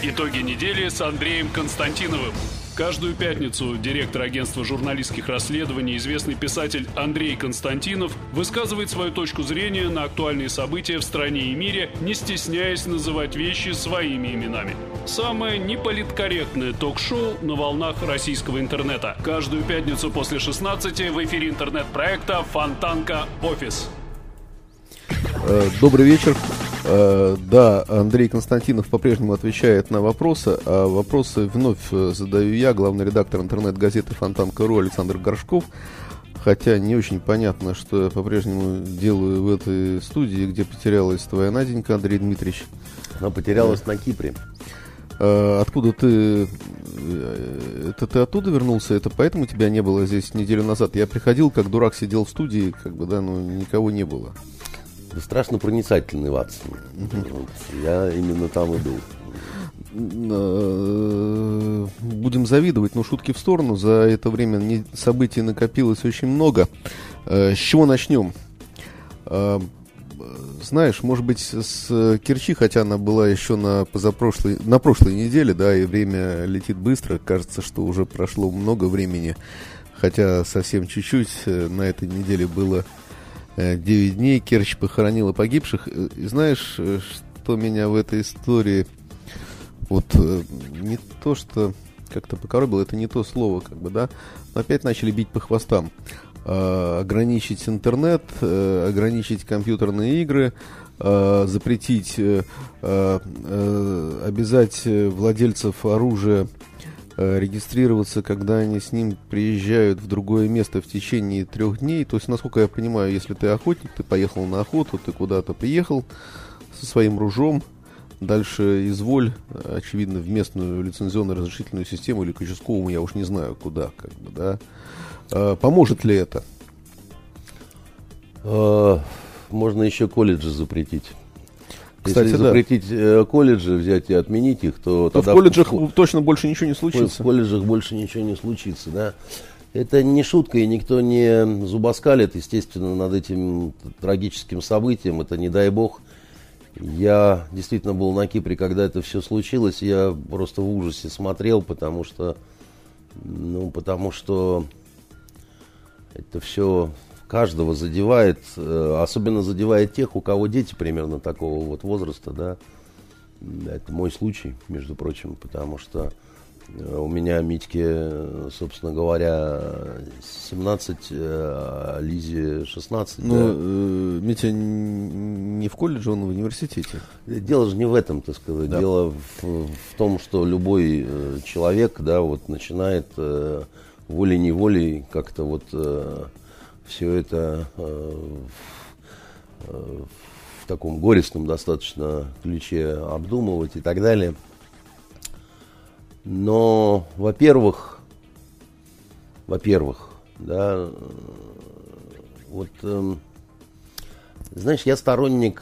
Итоги недели с Андреем Константиновым. Каждую пятницу директор агентства журналистских расследований, известный писатель Андрей Константинов, высказывает свою точку зрения на актуальные события в стране и мире, не стесняясь называть вещи своими именами. Самое неполиткорректное ток-шоу на волнах российского интернета. Каждую пятницу после 16 в эфире интернет-проекта «Фонтанка Офис». Добрый вечер. Да, Андрей Константинов по-прежнему отвечает на вопросы, а вопросы вновь задаю я, главный редактор интернет-газеты «Фонтанка.ру» Александр Горшков. Хотя не очень понятно, что я по-прежнему делаю в этой студии, где потерялась твоя Наденька, Андрей Дмитриевич. Она потерялась на Кипре. Откуда ты? Это ты оттуда вернулся? Это поэтому тебя не было здесь неделю назад? Я приходил, как дурак, сидел в студии, но никого не было. Страшно проницательный, Ватсон. Вот, я именно там и был. Будем завидовать, но шутки в сторону. За это время событий накопилось очень много. С чего начнем? Знаешь, может быть, с Керчи, хотя она была еще на прошлой неделе, да, и время летит быстро. Кажется, что уже прошло много времени, хотя совсем чуть-чуть. На этой неделе было 9 дней. Керчь похоронила погибших. И знаешь, что меня в этой истории не то, что как-то покоробило, это не то слово, но опять начали бить по хвостам. Ограничить интернет, ограничить компьютерные игры, запретить, обязать владельцев оружия регистрироваться, когда они с ним приезжают в другое место в течение 3 дней. То есть, насколько я понимаю, если ты охотник, ты поехал на охоту, ты куда-то приехал со своим ружом, дальше изволь, очевидно, в местную лицензионно-разрешительную систему или к участковому, я уж не знаю куда, да. Поможет ли это? Можно еще колледжи запретить. Кстати, если запретить колледжи, взять и отменить их, то тогда в колледжах точно больше ничего не случится. В колледжах больше ничего не случится, да. Это не шутка, и никто не зубоскалит, естественно, над этим трагическим событием. Это не дай бог. Я действительно был на Кипре, когда это все случилось. Я просто в ужасе смотрел, потому что это все каждого задевает, особенно задевает тех, у кого дети примерно такого возраста, да. Это мой случай, между прочим, потому что у меня Митьке, собственно говоря, 17, а Лизе 16. Митя не в колледже, он в университете. Дело же не в этом, так сказать. Да. Дело в том, что любой человек, начинает волей-неволей как-то все это в таком горестном достаточно ключе обдумывать и так далее. Но, во-первых, да, знаешь, я сторонник,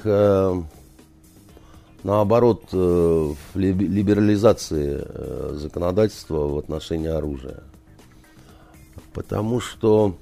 наоборот, либерализации законодательства в отношении оружия. Потому что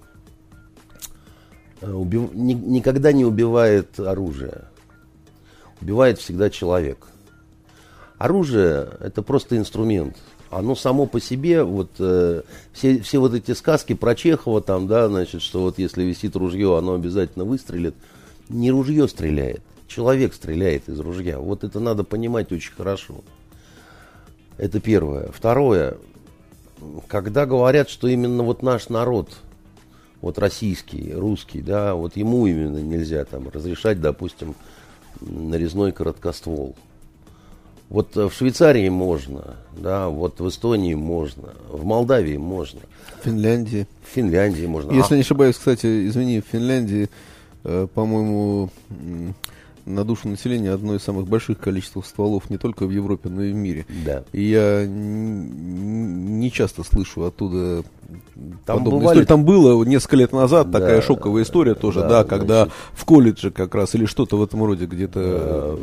никогда не убивает оружие. Убивает всегда человек. Оружие – это просто инструмент. Оно само по себе, все эти сказки про Чехова, что если висит ружье, оно обязательно выстрелит. Не ружье стреляет, человек стреляет из ружья. Это надо понимать очень хорошо. Это первое. Второе. Когда говорят, что именно наш народ, российский, русский, да, ему именно нельзя разрешать, допустим, нарезной короткоствол. В Швейцарии можно, да, в Эстонии можно, в Молдавии можно. В Финляндии можно. Если не ошибаюсь, кстати, извини, в Финляндии, по-моему, на душу населения одно из самых больших количеств стволов не только в Европе, но и в мире. Да. И я не часто слышу оттуда подобную историю. Там было несколько лет назад такая шоковая история тоже, когда в колледже как раз, или что-то в этом роде где-то.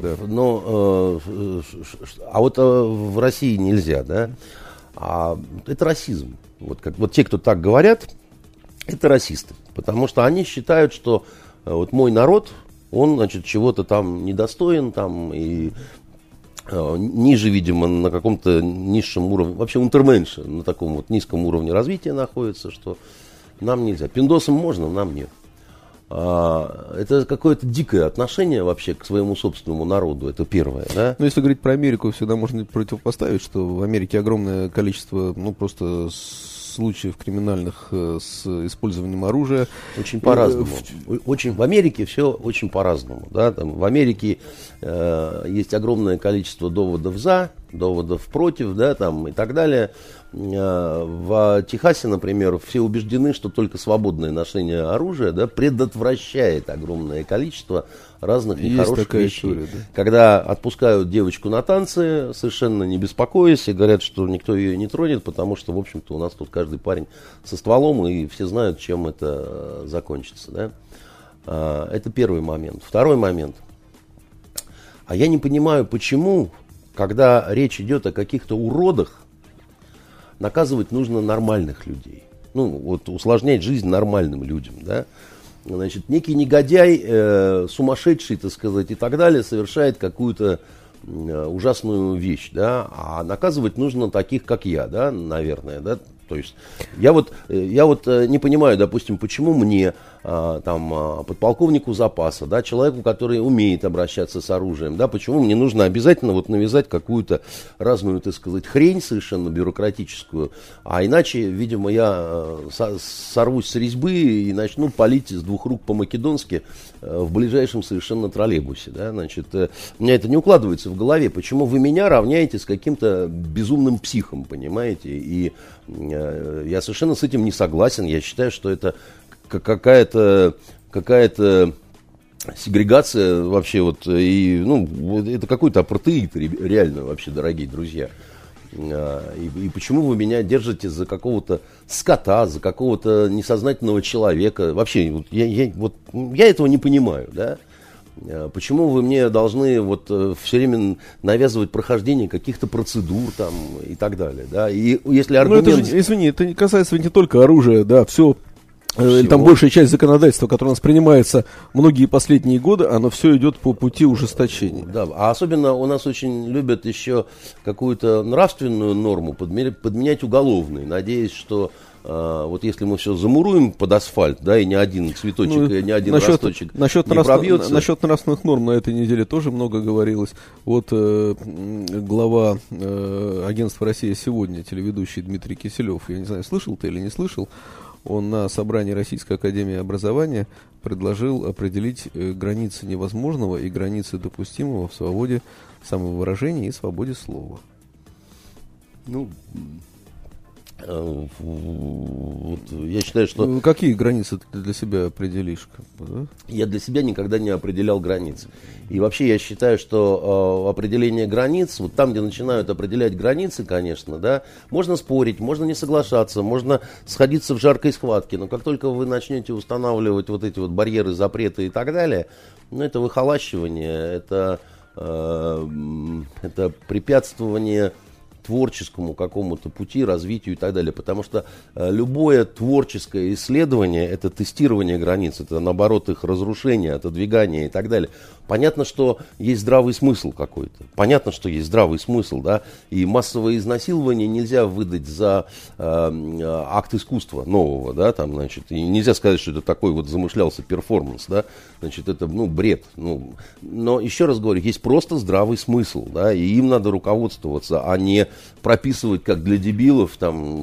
В России нельзя, да? Это расизм. Те, кто так говорят, это расисты. Потому что они считают, что мой народ, он, чего-то там недостоин, и ниже, видимо, на каком-то низшем уровне, вообще унтерменше, на таком вот низком уровне развития находится, что нам нельзя. Пиндосам можно, нам нет. Это какое-то дикое отношение вообще к своему собственному народу, это первое, да? Ну, если говорить про Америку, всегда можно противопоставить, что в Америке огромное количество, ну, просто случаев криминальных с использованием оружия. Очень по-разному. В Америке все очень по-разному, да? Там, в Америке есть огромное количество доводов за, доводов против, да, там, и так далее. В Техасе, например, все убеждены, что только свободное ношение оружия, да, предотвращает огромное количество разных нехороших вещей. История, да? Когда отпускают девочку на танцы, совершенно не беспокоясь, и говорят, что никто ее не тронет, потому что, в общем-то, у нас тут каждый парень со стволом, и все знают, чем это закончится. Да? Это первый момент. Второй момент. А я не понимаю, почему, когда речь идет о каких-то уродах, наказывать нужно нормальных людей. Ну, вот усложнять жизнь нормальным людям, да. Значит, некий негодяй, сумасшедший, так сказать, и так далее, совершает какую-то ужасную вещь, да. А наказывать нужно таких, как я, да, наверное, да. То есть я вот не понимаю, допустим, почему мне, подполковнику запаса, да, человеку, который умеет обращаться с оружием, да, почему мне нужно обязательно вот навязать какую-то разную, так сказать, хрень совершенно бюрократическую, а иначе, видимо, я сорвусь с резьбы и начну палить с двух рук по-македонски в ближайшем совершенно троллейбусе, да, значит, у меня это не укладывается в голове, почему вы меня равняете с каким-то безумным психом, понимаете, и я совершенно с этим не согласен. Я считаю, что это какая-то сегрегация вообще вот, и, ну, это какой-то апартеид, реально вообще, дорогие друзья. И почему вы меня держите за какого-то скота, за какого-то несознательного человека? Вообще, я этого не понимаю, да? Почему вы мне должны вот все время навязывать прохождение каких-то процедур там и так далее, да? И если аргумент... Ну, извини, это касается не только оружия, да, все. Там большая часть законодательства, которое у нас принимается многие последние годы, оно все идет по пути ужесточения. Да, а особенно у нас очень любят еще какую-то нравственную норму подменять уголовной, надеясь, что вот если мы все замуруем под асфальт, да, и ни один цветочек, и ни один росточек не пробьется. Насчет нравственных норм на этой неделе тоже много говорилось. Вот глава агентства «Россия сегодня», телеведущий Дмитрий Киселев, я не знаю, слышал ты или не слышал, он на собрании Российской академии образования предложил определить границы невозможного и границы допустимого в свободе самовыражения и свободе слова. Ну, вот, я считаю, что... Какие границы ты для себя определишь? Да? Я для себя никогда не определял границ. И вообще я считаю, что определение границ, вот там, где начинают определять границы, конечно, да, можно спорить, можно не соглашаться, можно сходиться в жаркой схватке, но как только вы начнете устанавливать вот эти вот барьеры, запреты и так далее, ну, это выхолащивание, это препятствование творческому какому-то пути, развитию и так далее. Потому что любое творческое исследование – это тестирование границ, это, наоборот, их разрушение, отодвигание и так далее. Понятно, что есть здравый смысл какой-то. Понятно, что есть здравый смысл, да. И массовое изнасилование нельзя выдать за акт искусства нового, да, там, значит. И нельзя сказать, что это такой вот замышлялся перформанс, да. Значит, это, ну, бред. Ну, но, еще раз говорю, есть просто здравый смысл, да, и им надо руководствоваться, а не прописывать, как для дебилов, там,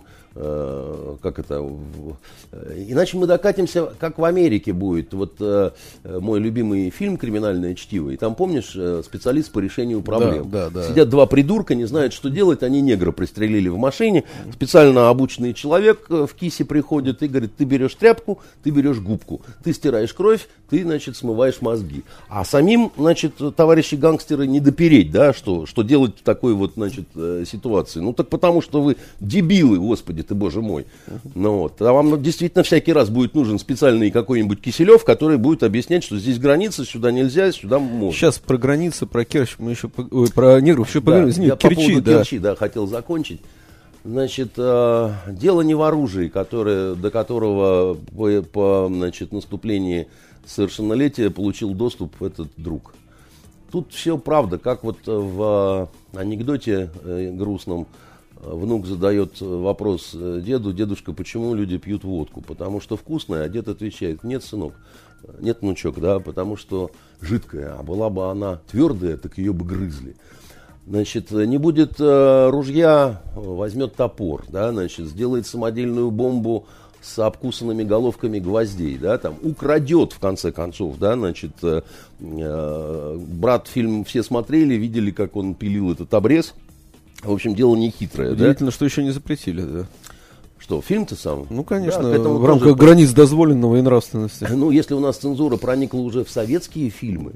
иначе мы докатимся, как в Америке будет. Вот мой любимый фильм «Криминальное чтиво», и там, помнишь, специалист по решению проблем. Да. Сидят два придурка, не знают, что делать, они негра пристрелили в машине, специально обученный человек в кисе приходит и говорит: ты берешь тряпку, ты берешь губку, ты стираешь кровь, ты, значит, смываешь мозги. А самим, значит, товарищи гангстеры не допереть, да, что делать в такой вот, значит, ситуации. Ну, так потому что вы дебилы, господи ты, боже мой. Ну, вот. А вам действительно всякий раз будет нужен специальный какой-нибудь Киселев, который будет объяснять, что здесь граница, сюда нельзя, сюда можно. Сейчас про границы, про Керчь мы еще про негров еще поговорим. Извини, я Керчи, по поводу Керчи, да, хотел закончить. Значит, дело не в оружии, до которого по значит, наступлении совершеннолетия получил доступ этот друг. Тут все правда, как вот в анекдоте грустном внук задает вопрос деду: дедушка, почему люди пьют водку? Потому что вкусная, а дед отвечает: нет, сынок, нет, внучок, да, потому что жидкая, а была бы она твердая, так ее бы грызли. Значит, не будет ружья, возьмет топор, да, значит, сделает самодельную бомбу с обкусанными головками гвоздей, да, там, украдет, в конце концов, да, значит, брат фильм все смотрели, видели, как он пилил этот обрез. В общем, дело не хитрое. Удивительно, что еще не запретили, да. Что, фильм-то сам? Ну, конечно, да, в рамках границ дозволенного и нравственности. Ну, если у нас цензура проникла уже в советские фильмы,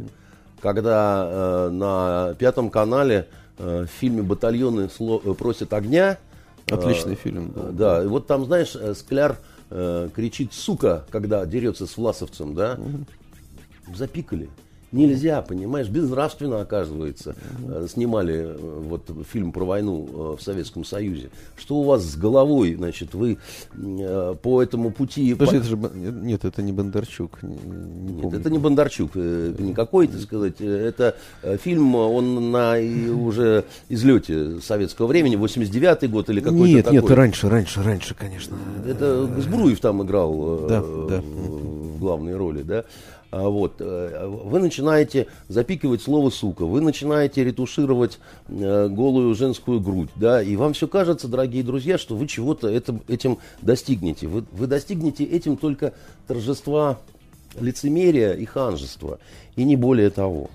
когда на Пятом канале в фильме «Батальоны просят огня». Отличный фильм. Да, и вот там, знаешь, Скляр кричит «сука», когда дерется с власовцем, да, запикали. Нельзя, понимаешь, безнравственно, оказывается, снимали вот фильм про войну в Советском Союзе. Что у вас с головой, значит, вы по этому пути... Подожди, это же... Нет, это не Бондарчук. Нет, это не Бондарчук никакой, так сказать. Это фильм, он на уже излете советского времени, 89-й год или какой-то нет, такой. Нет, раньше, конечно. Это Збруев там играл да. в главной роли, да. Вот. Вы начинаете запикивать слово «сука», вы начинаете ретушировать голую женскую грудь, да, и вам все кажется, дорогие друзья, что вы чего-то этим достигнете. Вы достигнете этим только торжества лицемерия и ханжества, и не более того.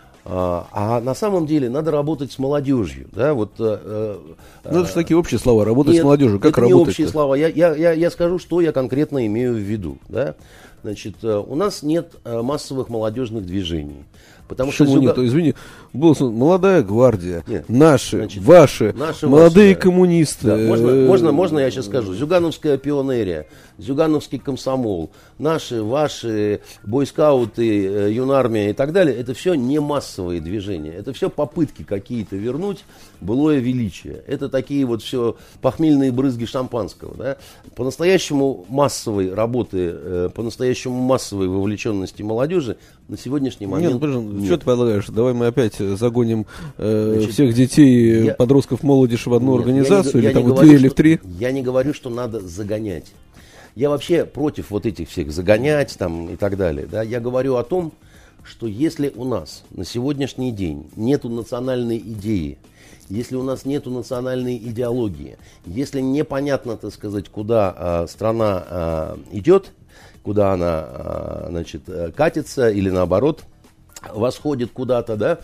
А на самом деле надо работать с молодежью, да, вот. Это же такие общие слова, работать с молодежью, как работать? Это не общие слова, я скажу, что я конкретно имею в виду, да. Значит, у нас нет массовых молодежных движений. Потому Почему что нет? Извини, молодая гвардия, нет, наши, значит, ваши, молодые да. коммунисты. Да, можно я сейчас скажу? Зюгановская пионерия, Зюгановский комсомол, наши, ваши, бойскауты, юнармия и так далее. Это все не массовые движения. Это все попытки какие-то вернуть былое величие. Это такие вот все похмельные брызги шампанского. Да? По-настоящему массовой работы, по-настоящему массовой вовлеченности молодежи на сегодняшний момент нет. Что ты предлагаешь? Давай мы опять загоним всех детей, подростков, молодежи в одну организацию, или там в 2 или в 3? Я не говорю, что надо загонять. Я вообще против вот этих всех загонять там и так далее. Да? Я говорю о том, что если у нас на сегодняшний день нету национальной идеи, если у нас нету национальной идеологии, если непонятно, так сказать, куда страна идет, куда она, значит, катится или наоборот восходит куда-то, да,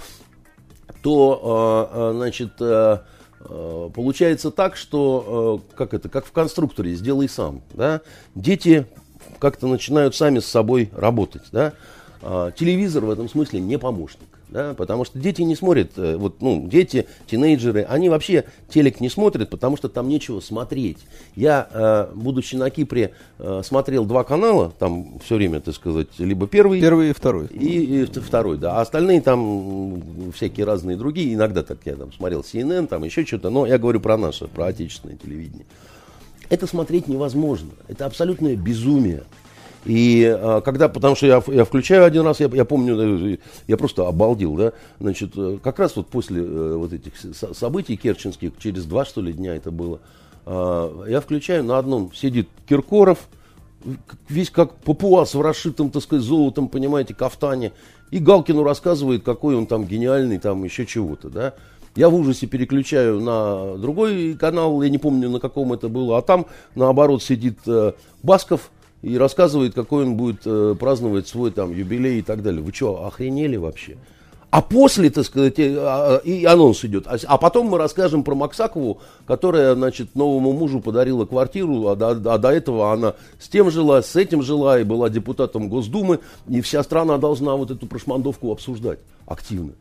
то, значит, получается так, что, как в конструкторе, сделай сам, да, дети как-то начинают сами с собой работать, да, телевизор в этом смысле не помощник. Да, потому что дети не смотрят, дети, тинейджеры, они вообще телек не смотрят, потому что там нечего смотреть. Я, будучи на Кипре, смотрел 2 канала, там все время, так сказать, либо первый и второй. И второй, да. А остальные там всякие разные другие. Иногда так я там смотрел CNN, там еще что-то, но я говорю про наше, про отечественное телевидение. Это смотреть невозможно. Это абсолютное безумие. И потому что я включаю один раз, я помню, я просто обалдел, да, значит, как раз вот после вот этих событий керченских, через 2, что ли, дня это было, я включаю, на одном сидит Киркоров, весь как папуас в расшитом, так сказать, золотом, понимаете, кафтане, и Галкину рассказывает, какой он там гениальный, там еще чего-то, да. Я в ужасе переключаю на другой канал, я не помню, на каком это было, а там, наоборот, сидит Басков, и рассказывает, какой он будет праздновать свой там юбилей и так далее. Вы что, охренели вообще? А после, так сказать, и анонс идет. А потом мы расскажем про Максакову, которая, значит, новому мужу подарила квартиру, а до этого она с тем жила, с этим жила и была депутатом Госдумы, и вся страна должна вот эту прошмандовку обсуждать активно.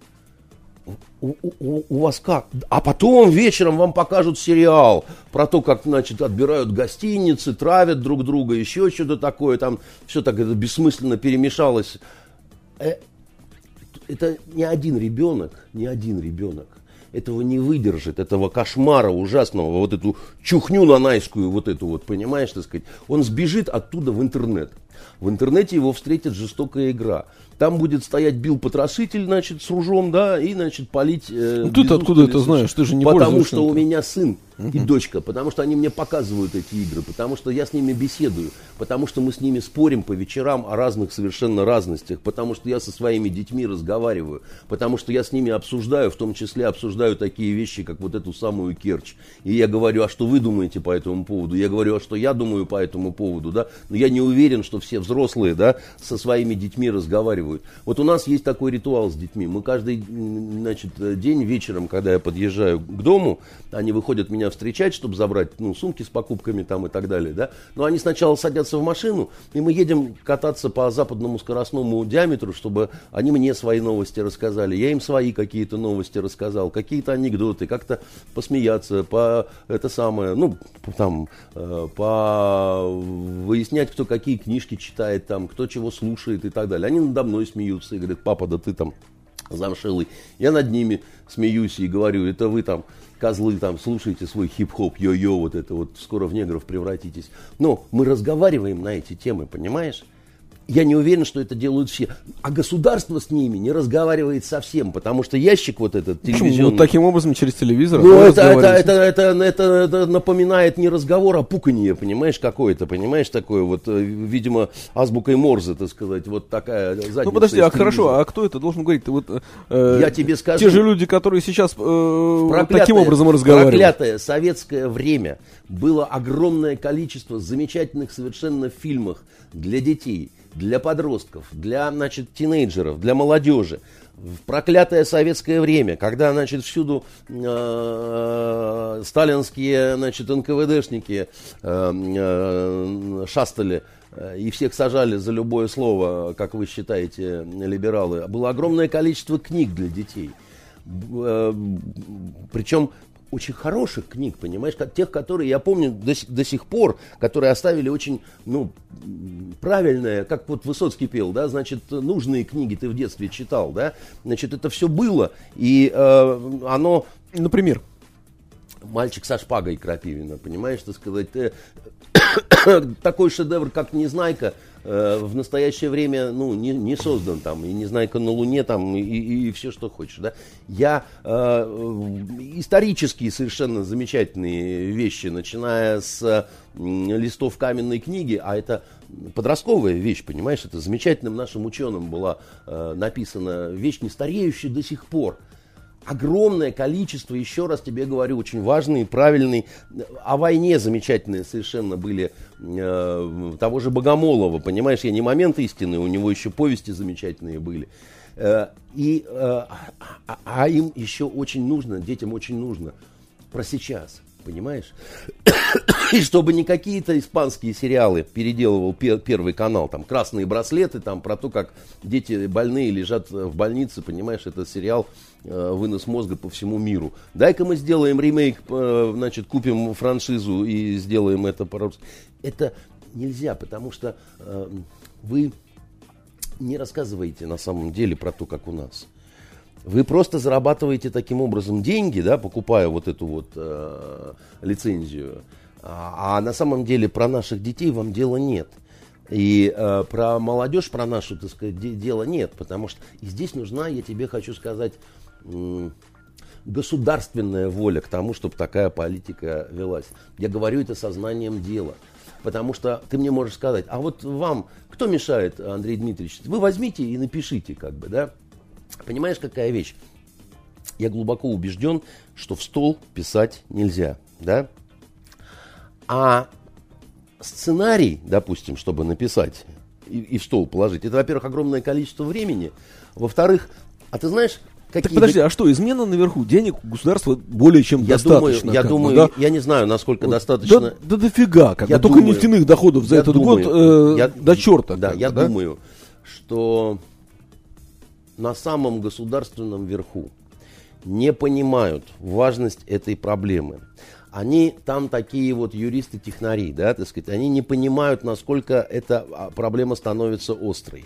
У вас как? А потом вечером вам покажут сериал про то, как, значит, отбирают гостиницы, травят друг друга, еще что-то такое, там все так это бессмысленно перемешалось. Это не один ребенок этого не выдержит, этого кошмара ужасного, вот эту чухню нанайскую, вот эту вот, понимаешь, так сказать, он сбежит оттуда в интернет. В интернете его встретит жестокая игра. Там будет стоять Билл-потрошитель, значит, с ружом, да, и, значит, палить... Ну, ты откуда это знаешь? Ты же не Потому что у меня сын и дочка, потому что они мне показывают эти игры, потому что я с ними беседую, потому что мы с ними спорим по вечерам о разных совершенно разностях, потому что я со своими детьми разговариваю, потому что я с ними обсуждаю, в том числе обсуждаю такие вещи, как вот эту самую Керчь. И я говорю, а что вы думаете по этому поводу? Я говорю, а что я думаю по этому поводу, да? Но я не уверен, что все взрослые, да, со своими детьми разговаривают. Вот у нас есть такой ритуал с детьми. Мы каждый, значит, день вечером, когда я подъезжаю к дому, они выходят меня встречать, чтобы забрать, ну, сумки с покупками там и так далее, да. Но они сначала садятся в машину, и мы едем кататься по западному скоростному диаметру, чтобы они мне свои новости рассказали, я им свои какие-то новости рассказал, какие-то анекдоты, как-то посмеяться, это самое, ну, там, выяснять, кто какие книжки читает, там, кто чего слушает и так далее. Они надо мной смеются и говорят, папа, да ты там замшелый. Я над ними смеюсь и говорю, это вы там, козлы, там, слушайте свой хип-хоп, йо-йо, вот это вот, скоро в негров превратитесь. Но мы разговариваем на эти темы, понимаешь? Я не уверен, что это делают все. А государство с ними не разговаривает совсем, потому что ящик вот этот телевизионный... Ну, таким образом, через телевизор... Ну, это напоминает не разговор, а пуканье, понимаешь, какое-то, понимаешь, такое вот, видимо, азбукой Морзе, так сказать, вот такая задница. Ну, подожди, хорошо, а кто это должен говорить? Вот, я тебе скажу... Те же люди, которые сейчас таким образом разговаривают. Проклятое советское время было огромное количество замечательных совершенно фильмов для детей, для подростков, для, значит, тинейджеров, для молодежи. В проклятое советское время, когда, значит, всюду сталинские, значит, НКВДшники шастали и всех сажали за любое слово, как вы считаете, либералы, было огромное количество книг для детей. Причем очень хороших книг, понимаешь, тех, которые, я помню до сих пор, которые оставили очень, ну, правильное, как вот Высоцкий пел, да, значит, нужные книги ты в детстве читал, да, значит, это все было, и оно... Например? «Мальчик со шпагой» Крапивина, понимаешь, так сказать, такой шедевр, как «Незнайка», в настоящее время, ну, не создан там, и «Незнайка на Луне», там, и все, что хочешь, да. Исторические совершенно замечательные вещи, начиная с листов каменной книги, а это подростковая вещь, понимаешь, это замечательным нашим ученым была написана вещь, не стареющая до сих пор. Огромное количество, еще раз тебе говорю, очень важные, правильные, о войне замечательные совершенно были, того же Богомолова, понимаешь, я не момент истины, у него еще повести замечательные были. А им еще очень нужно, детям очень нужно про сейчас, понимаешь? И чтобы не какие-то испанские сериалы переделывал Первый канал, там «Красные браслеты», там про то, как дети больные лежат в больнице, понимаешь, это сериал «Вынос мозга по всему миру». Дай-ка мы сделаем ремейк, значит, купим франшизу и сделаем это по-русски. Это нельзя, потому что вы не рассказываете на самом деле про то, как у нас. Вы просто зарабатываете таким образом деньги, да, покупая вот эту вот лицензию. А на самом деле про наших детей вам дела нет. И про молодежь, про нашу, так сказать, дела нет. Потому что и здесь нужна, я тебе хочу сказать, государственная воля к тому, чтобы такая политика велась. Я говорю это сознанием дела. Потому что ты мне можешь сказать, а вот вам кто мешает, Андрей Дмитриевич? Вы возьмите и напишите, как бы, да? Понимаешь, какая вещь? Я глубоко убежден, что в стол писать нельзя, да? А сценарий, допустим, чтобы написать и в стол положить, это, во-первых, огромное количество времени. Во-вторых, а ты знаешь, какие... Так подожди, а что, измена наверху? Денег у государства более чем достаточно. Я думаю, да? Я не знаю, насколько достаточно. Да дофига, как бы. Только нефтяных доходов за этот год до черта. Да, я думаю, что на самом государственном верху не понимают важность этой проблемы. Они там такие вот юристы-технари, да, так сказать, они не понимают, насколько эта проблема становится острой.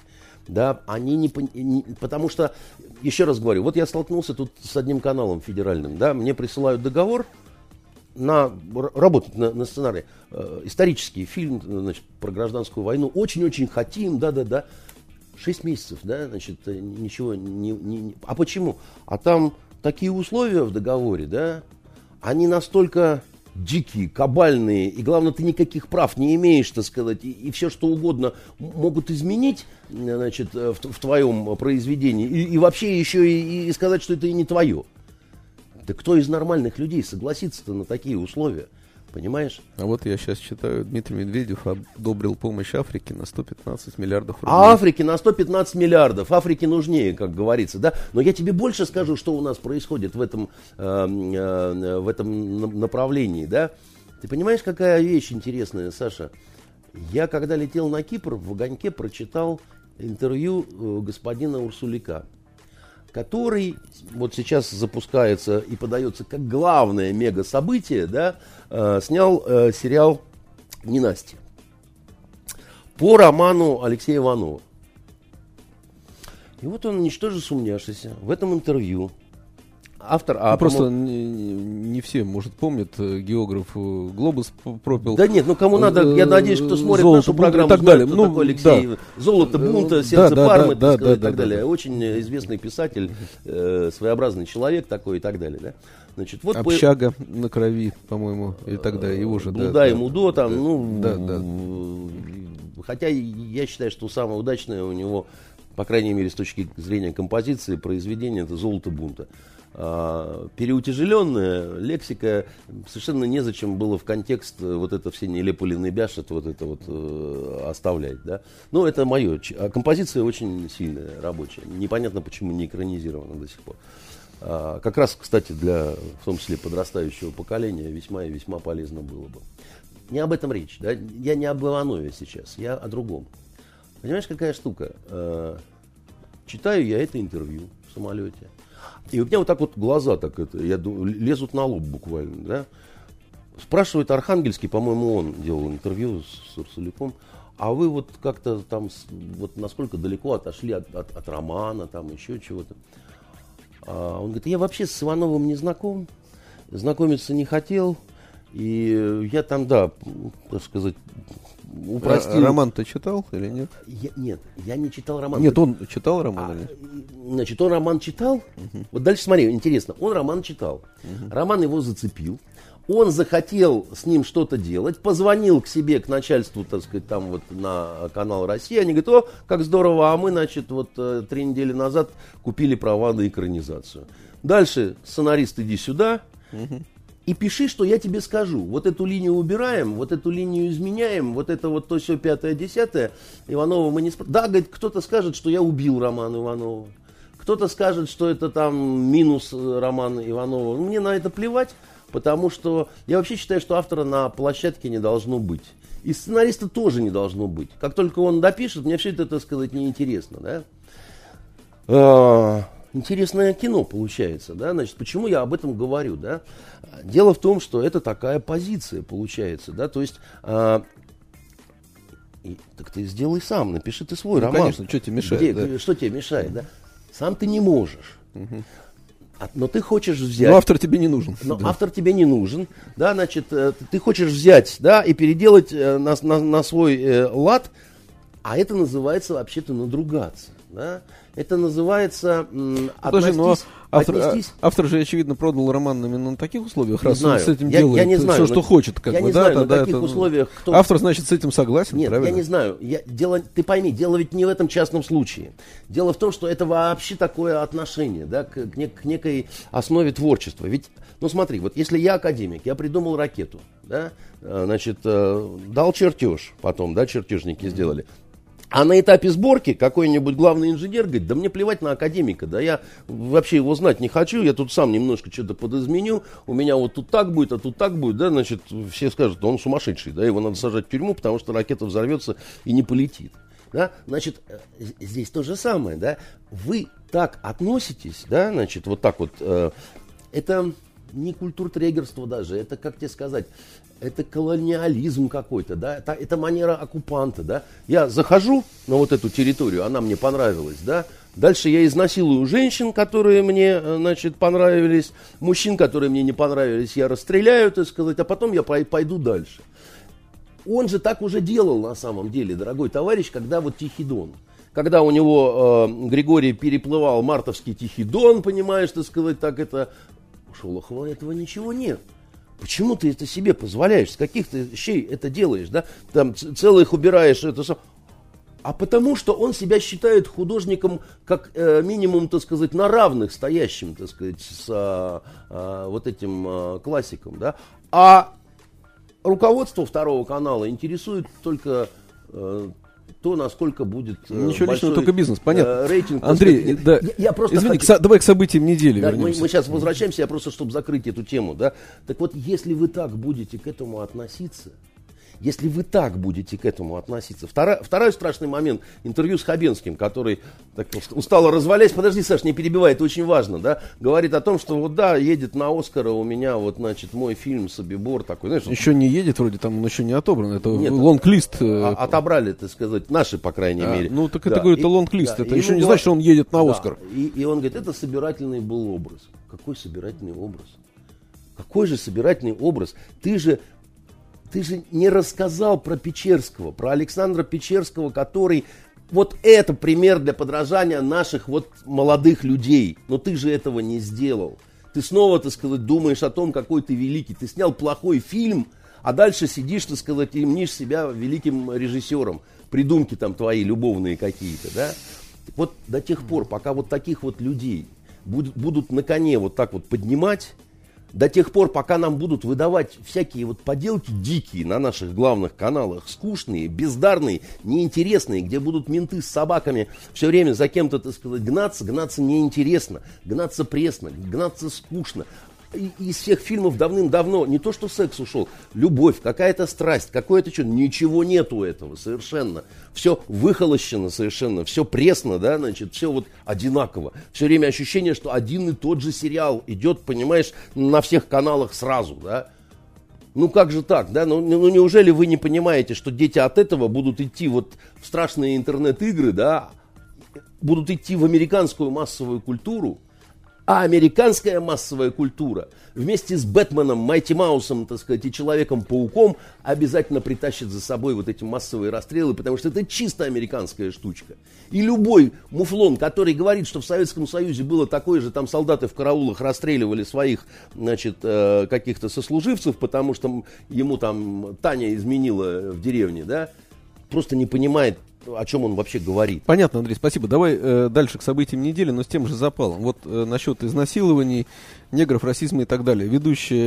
да, они потому что, еще раз говорю, вот я столкнулся тут с одним каналом федеральным, да, мне присылают договор работать на сценарии, исторический фильм, значит, про гражданскую войну, очень-очень хотим, да, 6 месяцев, да, значит, ничего не... А почему? А там такие условия в договоре, да, они настолько дикие, кабальные, и главное, ты никаких прав не имеешь, так сказать, и все что угодно могут изменить, значит, в твоем произведении, и вообще еще и сказать, что это и не твое. Да кто из нормальных людей согласится-то на такие условия? Понимаешь? А вот я сейчас читаю, Дмитрий Медведев одобрил помощь Африке на 115 миллиардов рублей. А Африке на 115 миллиардов. Африке нужнее, как говорится, да? Но я тебе больше скажу, что у нас происходит в этом направлении, да? Ты понимаешь, какая вещь интересная, Саша? Я, когда летел на Кипр, в «Огоньке» прочитал интервью господина Урсуляка, который вот сейчас запускается и подается как главное мега-событие, да, снял сериал «Ненастье» по роману Алексея Иванова. И вот он, ничтоже сумняшися, в этом интервью автор... просто не все, может, помнят, географ «Глобус» пропил. Да нет, ну кому надо, я надеюсь, кто смотрит нашу программу, так далее. Знает, кто такой Алексей. Да. «Золото бунта», «Сердце Пармы», и так далее. Да. Очень известный писатель, своеобразный человек такой и так далее. Да? Значит, вот «Общага на крови», по-моему, и так далее. Его же, «Блуда и Мудо», там, хотя я считаю, что самое удачное у него, по крайней мере, с точки зрения композиции, произведение, это «Золото бунта». Переутяжеленная лексика, совершенно незачем было в контекст вот это все нелепо-ливный бяшет вот это вот оставлять, да. Но это мое. А композиция очень сильная, рабочая. Непонятно, почему не экранизирована до сих пор. Как раз, кстати, для, в том числе, подрастающего поколения весьма и весьма полезно было бы. Не об этом речь, да. Я не об Иванове сейчас, я о другом. Понимаешь, какая штука? Читаю я это интервью в самолете. И у меня вот так вот глаза так лезут на лоб буквально, да. Спрашивает Архангельский, по-моему, он делал интервью с Урсуляком, а вы вот как-то там, вот насколько далеко отошли от романа, там еще чего-то. Он говорит, я вообще с Ивановым не знаком, знакомиться не хотел, и я там, да, так сказать, упростил. Роман ты читал или нет? Нет, я не читал роман. Нет, он читал роман или нет? Значит, он роман читал. Вот дальше смотри, интересно, он роман читал. Роман его зацепил. Он захотел с ним что-то делать, позвонил к себе, к начальству, так сказать, там вот на канал «Россия». Они говорят, о, как здорово, а мы, значит, вот 3 недели назад купили права на экранизацию. Дальше, сценарист, иди сюда и пиши, что я тебе скажу. Вот эту линию убираем, вот эту линию изменяем, вот это вот то все 5-10. Иванова мы не Да, говорит, кто-то скажет, что я убил роман Иванова. Кто-то скажет, что это там минус романа Иванова. Мне на это плевать. Потому что я вообще считаю, что автора на площадке не должно быть. И сценариста тоже не должно быть. Как только он допишет, мне все это, так сказать, неинтересно. Да? Интересное кино получается. Да? Значит, почему я об этом говорю? Да? Дело в том, что это такая позиция получается. Да? То есть, так ты сделай сам, напиши ты свой роман. Конечно, что тебе мешает? Да? Что тебе мешает? Да? Сам ты не можешь. Но ты хочешь взять... Но автор тебе не нужен. Но автор тебе не нужен. Да, значит, ты хочешь взять, да, и переделать на свой лад, а это называется вообще-то надругаться. Да? Это называется отнестись... Автор же, очевидно, продал роман именно на таких условиях, раз он с этим делает я не знаю, все, что хочет. Как я бы, не да, знаю, на каких условиях... Автор, значит, с этим согласен, Нет, правильно? я не знаю. Ты пойми, дело ведь не в этом частном случае. Дело в том, что это вообще такое отношение, да, к некой основе творчества. Ведь, ну смотри, вот если я академик, я придумал ракету, да, значит, дал чертеж потом, да, чертежники сделали. А на этапе сборки какой-нибудь главный инженер говорит, да мне плевать на академика, да я вообще его знать не хочу, я тут сам немножко что-то подизменю, у меня вот тут так будет, а тут так будет, да, значит, все скажут, он сумасшедший, да, его надо сажать в тюрьму, потому что ракета взорвется и не полетит. Да? Значит, здесь то же самое, да, вы так относитесь, да, значит, вот так вот, это не культуртрегерство даже, это, как тебе сказать, это колониализм какой-то, да, это манера оккупанта, да. Я захожу на вот эту территорию, она мне понравилась, да, дальше я изнасилую женщин, которые мне, значит, понравились, мужчин, которые мне не понравились, я расстреляю, так сказать, а потом я пойду дальше. Он же так уже делал на самом деле, дорогой товарищ, когда вот Тихий Дон. Когда у него Григорий переплывал мартовский Тихий Дон, понимаешь, так сказать, так это... У Шолохова этого ничего нет. Почему ты это себе позволяешь? С каких ты вещей это делаешь, да? Там целых убираешь это... А потому что он себя считает художником, как минимум, так сказать, на равных стоящим, так сказать, с вот этим классиком, да? А руководство Второго канала интересует только... то, насколько будет ничего личного, только бизнес, понятно. Рейтинг. Андрей, да, я просто извини, давай к событиям недели да, вернемся. Мы сейчас возвращаемся, я просто, чтобы закрыть эту тему. Да? Так вот, если вы так будете к этому относиться, Второй страшный момент, интервью с Хабенским, который так устало развалясь, подожди, Саш, не перебивай, это очень важно, да, говорит о том, что вот да, едет на Оскара у меня вот, значит, мой фильм «Собибор» такой, знаешь. Еще не едет вроде, там он еще не отобран, это лонг-лист. Отобрали, так сказать, наши, по крайней мере. Ну, так это, говорю, это лонг-лист, это еще не значит, что он едет на Оскар. И он говорит, это собирательный был образ. Какой собирательный образ? Какой же собирательный образ? Ты же не рассказал про Печерского, про Александра Печерского, который... Вот это пример для подражания наших вот молодых людей. Но ты же этого не сделал. Ты снова, так сказать, думаешь о том, какой ты великий. Ты снял плохой фильм, а дальше сидишь, так сказать, и мнишь себя великим режиссером. Придумки там твои любовные какие-то, да? Вот до тех пор, пока вот таких вот людей будут на коне вот так вот поднимать, до тех пор, пока нам будут выдавать всякие вот поделки дикие на наших главных каналах, скучные, бездарные, неинтересные, где будут менты с собаками все время за кем-то, так сказать, гнаться неинтересно, гнаться пресно, гнаться скучно. Из всех фильмов давным-давно не то что секс ушел, любовь, какая-то страсть, какое-то что, ничего нету этого совершенно. Все выхолощено совершенно, все пресно, да, значит, все вот одинаково. Все время ощущение, что один и тот же сериал идет, понимаешь, на всех каналах сразу, да. Ну как же так, да? Ну неужели вы не понимаете, что дети от этого будут идти вот в страшные интернет-игры, да, будут идти в американскую массовую культуру? А американская массовая культура вместе с Бэтменом, Майти Маусом, так сказать, и Человеком-пауком обязательно притащит за собой вот эти массовые расстрелы, потому что это чисто американская штучка. И любой муфлон, который говорит, что в Советском Союзе было такое же, там солдаты в караулах расстреливали своих, значит, каких-то сослуживцев, потому что ему там Таня изменила в деревне, да, просто не понимает, о чем он вообще говорит. Понятно, Андрей, спасибо. Давай дальше к событиям недели, но с тем же запалом. Вот насчет изнасилований, негров, расизма и так далее. Ведущая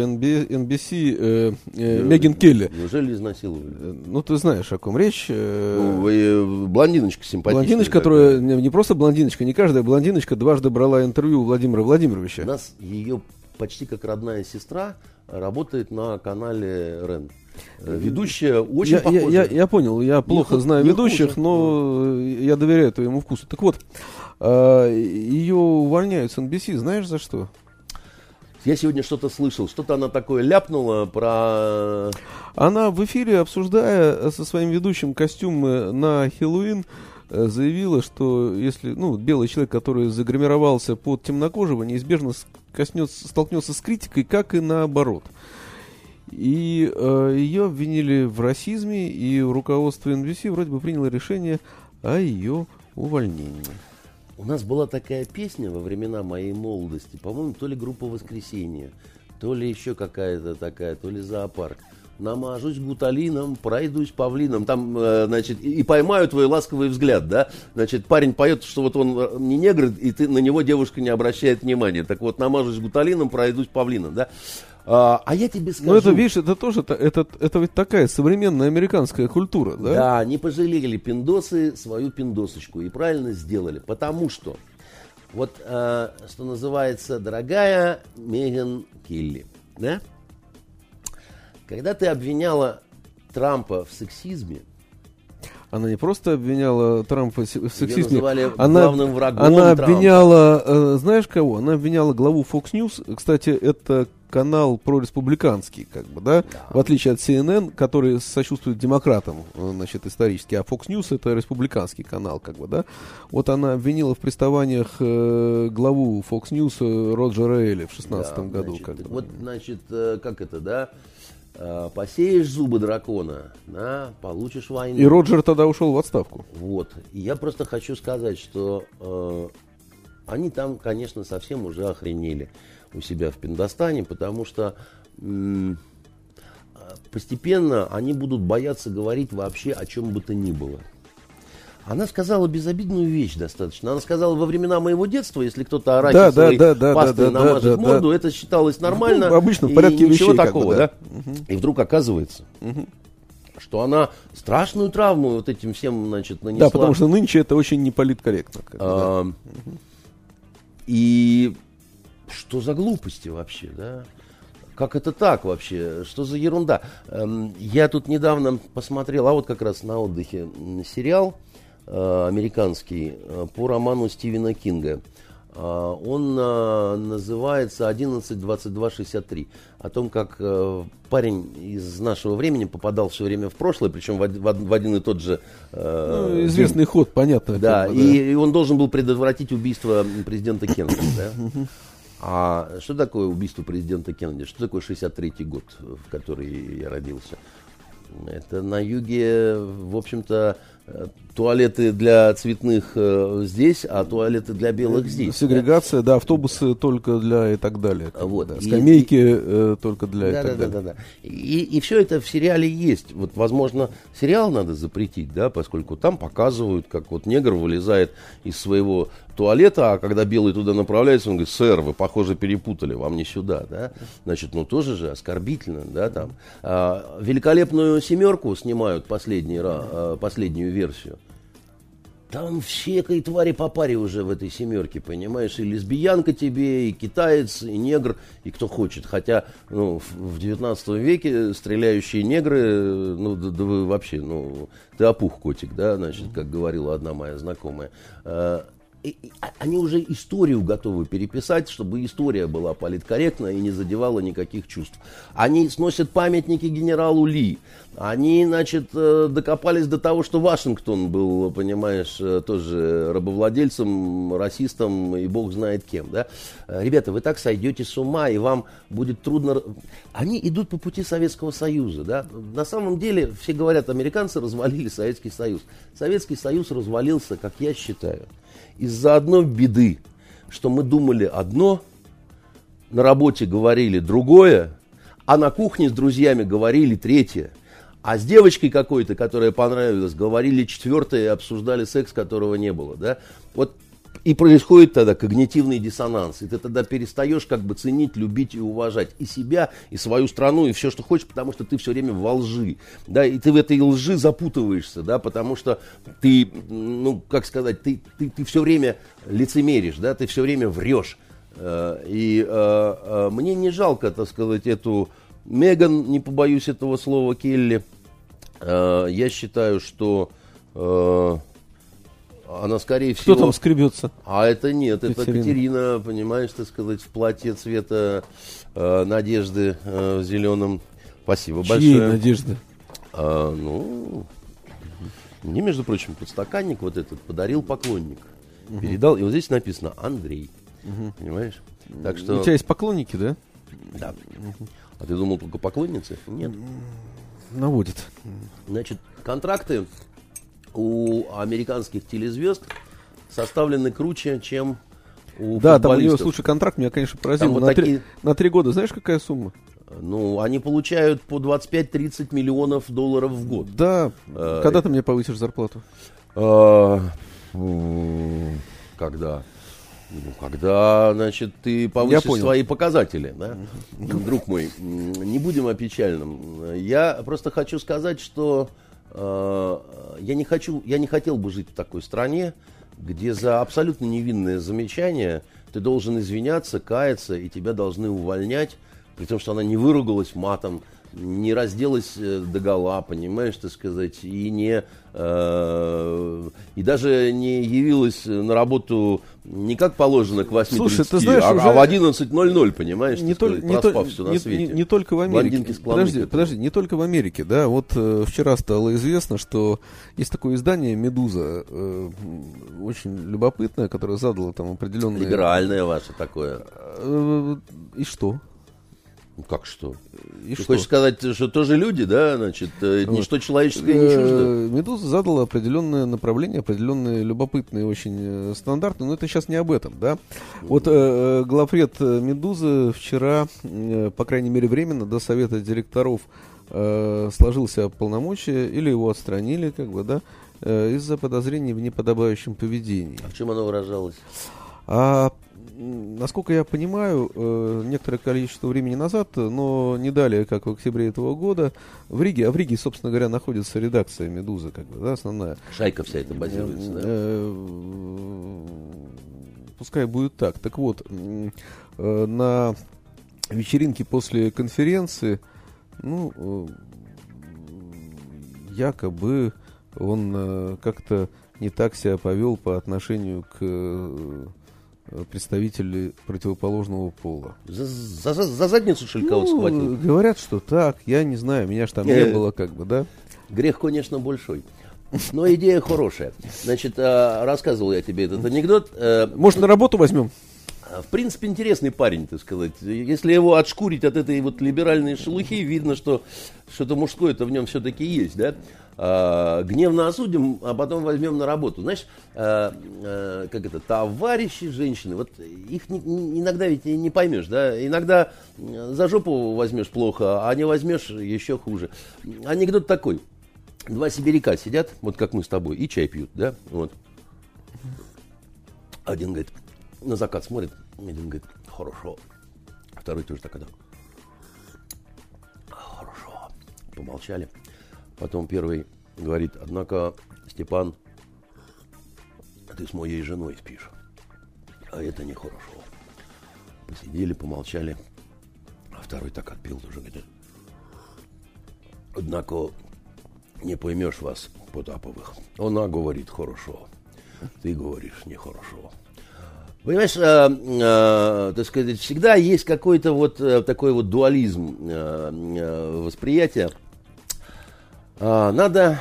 NBC Меган Келли. Неужели изнасиловали? Ну, ты знаешь, о ком речь. Блондиночка симпатичная. Блондиночка, которая не просто блондиночка, не каждая блондиночка дважды брала интервью у Владимира Владимировича. У нас ее почти как родная сестра работает на канале РЕН. Ведущая очень похожа. Я понял, я плохо знаю ведущих, но я доверяю твоему вкусу. Так вот, ее увольняют с NBC, знаешь за что? Я сегодня что-то слышал, что-то она такое ляпнула про... Она в эфире, обсуждая со своим ведущим костюмы на Хэллоуин, заявила, что если белый человек, который загримировался под темнокожего, неизбежно столкнется с критикой, как и наоборот. И ее обвинили в расизме, и руководство NBC вроде бы приняло решение о ее увольнении. У нас была такая песня во времена моей молодости, по-моему, то ли группа «Воскресенье», то ли еще какая-то такая, то ли «Зоопарк». Намажусь гуталином, пройдусь павлином. Там, значит, и поймаю твой ласковый взгляд, да? Значит, парень поет, что вот он не негр, и на него девушка не обращает внимания. Так вот, намажусь гуталином, пройдусь павлином, да? А я тебе скажу... Ну, это, видишь, это тоже, это ведь такая современная американская культура, да? Да, не пожалели пиндосы свою пиндосочку, и правильно сделали, потому что, вот, что называется, дорогая Меган Келли, да? Когда ты обвиняла Трампа в сексизме... Она не просто обвиняла Трампа в сексизме, главным врагом она обвиняла, знаешь кого? Она обвиняла главу Fox News. Кстати, это канал прореспубликанский, как бы, да? В отличие от CNN, который сочувствует демократам, значит, исторически, а Fox News это республиканский канал, как бы, да? Вот она обвинила в приставаниях главу Fox News Роджера Эйли в 2016 году. Значит, как бы. вот, значит, как это, да? Посеешь зубы дракона, да, получишь войну. И Роджер тогда ушел в отставку. Вот. И я просто хочу сказать, что они там, конечно, совсем уже охренели у себя в Пиндостане, потому что постепенно они будут бояться говорить вообще о чем бы то ни было. Она сказала безобидную вещь достаточно. Она сказала, во времена моего детства, если кто-то арахисовой пастой намажет морду, это считалось нормально. Ну, обычно в порядке и ничего вещей, такого, как бы, да? И вдруг оказывается, что она страшную травму вот этим всем, значит, нанесла. Да, потому что нынче это очень неполиткорректно. И что за глупости вообще, да? Как это так вообще? Что за ерунда? Я тут недавно посмотрел, а вот как раз на отдыхе, сериал американский по роману Стивена Кинга. Он называется «11-22-63». О том, как парень из нашего времени попадал все время в прошлое, причем в один и тот же... известный ход, понятно. Да, как бы, и он должен был предотвратить убийство президента Кеннеди. Да? А что такое убийство президента Кеннеди? Что такое 63-й год, в который я родился? Это на юге, в общем-то, туалеты для цветных здесь, а туалеты для белых здесь. Сегрегация, да, автобусы только для и так далее. Вот. Да. Скамейки только для и так далее. Да. И все это в сериале есть. Вот, возможно, сериал надо запретить, да, поскольку там показывают, как вот негр вылезает из своего туалета, а когда белый туда направляется, он говорит: сэр, вы, похоже, перепутали, вам не сюда, да. Значит, ну тоже же оскорбительно, да, там. «Великолепную семерку» снимают последнюю версию. Там всякой твари по паре уже в этой семерке, понимаешь, и лесбиянка тебе, и китаец, и негр, и кто хочет. Хотя, ну, в 19 веке стреляющие негры, ну, да вы вообще, ну, ты опух, котик, да, значит, как говорила одна моя знакомая. Они уже историю готовы переписать, чтобы история была политкорректна и не задевала никаких чувств. Они сносят памятники генералу Ли. Они, значит, докопались до того, что Вашингтон был, понимаешь, тоже рабовладельцем, расистом и бог знает кем. Да? Ребята, вы так сойдете с ума, и вам будет трудно... Они идут по пути Советского Союза. Да? На самом деле, все говорят, американцы развалили Советский Союз. Советский Союз развалился, как я считаю, из-за одной беды, что мы думали одно, на работе говорили другое, а на кухне с друзьями говорили третье. А с девочкой какой-то, которая понравилась, говорили четвертое и обсуждали секс, которого не было. Да? Вот и происходит тогда когнитивный диссонанс. И ты тогда перестаешь как бы ценить, любить и уважать и себя, и свою страну, и все, что хочешь, потому что ты все время во лжи. Да? И ты в этой лжи запутываешься, да? Потому что ты, ну, как сказать, ты все время лицемеришь, да? Ты все время врешь. И мне не жалко, так сказать, эту Меган, не побоюсь этого слова, Келли. Я считаю, что она, скорее всего... Кто там скребется? А это нет, это Катерина, понимаешь, так сказать, в платье цвета надежды в зеленом. Спасибо большое. Чьей надежды? Ну, мне, между прочим, подстаканник вот этот подарил поклонник. Передал, и вот здесь написано Андрей. Понимаешь? Так что... У тебя есть поклонники, да? Да. А ты думал, только поклонницы? Нет. Наводит. Значит, контракты у американских телезвезд составлены круче, чем у да, футболистов. Там у него, слушай, контракт меня, конечно, поразил. Вот на 3 года, знаешь, какая сумма? Ну, они получают по 25-30 миллионов долларов в год. Да. Когда ты мне повысишь зарплату? Когда? Ну, когда, значит, ты повысишь свои показатели, да? Друг мой, не будем о печальном. Я просто хочу сказать, что я не хотел бы жить в такой стране, где за абсолютно невинное замечание ты должен извиняться, каяться, и тебя должны увольнять, при том, что она не выругалась матом, не разделась догола, понимаешь, так сказать, и даже не явилась на работу не как положено к 8:30, Слушай, ты знаешь, а уже в 11:00, понимаешь, проспав все на свете. Не только в Америке. Подожди, не только в Америке, да. Вот вчера стало известно, что есть такое издание «Медуза», очень любопытное, которое задало там определенные... Либеральное ваше такое. И что? Ну как что? И Ты что? хочешь сказать, что тоже люди, да, значит, ничто человеческое не чуждо? «Медуза» задала определенное направление, определенные любопытные очень стандарты, но это сейчас не об этом, да. Вот главред «Медузы» вчера, по крайней мере временно, до совета директоров сложился полномочия, или его отстранили, как бы, да, из-за подозрений в неподобающем поведении. А в чем оно выражалось? Насколько я понимаю, некоторое количество времени назад, но не далее, как в октябре этого года, в Риге, а в Риге, собственно говоря, находится редакция «Медузы», как бы, да, основная. Шайка вся эта базируется, да? Пускай будет так. Так вот, на вечеринке после конференции, якобы он как-то не так себя повел по отношению к представители противоположного пола. За задницу, что ли, кого-то схватил? Говорят, что так, я не знаю, меня ж там не было, как бы, да? Грех, конечно, большой. Но идея хорошая. Значит, рассказывал я тебе этот анекдот. Может, на работу возьмем? В принципе, интересный парень, так сказать. Если его отшкурить от этой вот либеральной шелухи, видно, что что-то мужское-то в нем все-таки есть, да? Гневно осудим, а потом возьмем на работу. Знаешь, товарищи женщины, вот их иногда ведь не поймешь, да? Иногда за жопу возьмешь плохо, а не возьмешь еще хуже. Анекдот такой. Два сибиряка сидят, вот как мы с тобой, и чай пьют, да? Вот. Один говорит, на закат смотрит, один говорит, хорошо. Второй тоже так, да. Хорошо. Помолчали. Потом первый говорит, однако, Степан, ты с моей женой спишь, а это нехорошо. Посидели, помолчали, а второй так отпил тоже, говорит, однако, не поймешь вас, Потаповых. Она говорит, хорошо, ты говоришь, нехорошо. Понимаешь, так сказать, всегда есть какой-то вот такой вот дуализм восприятия. Надо,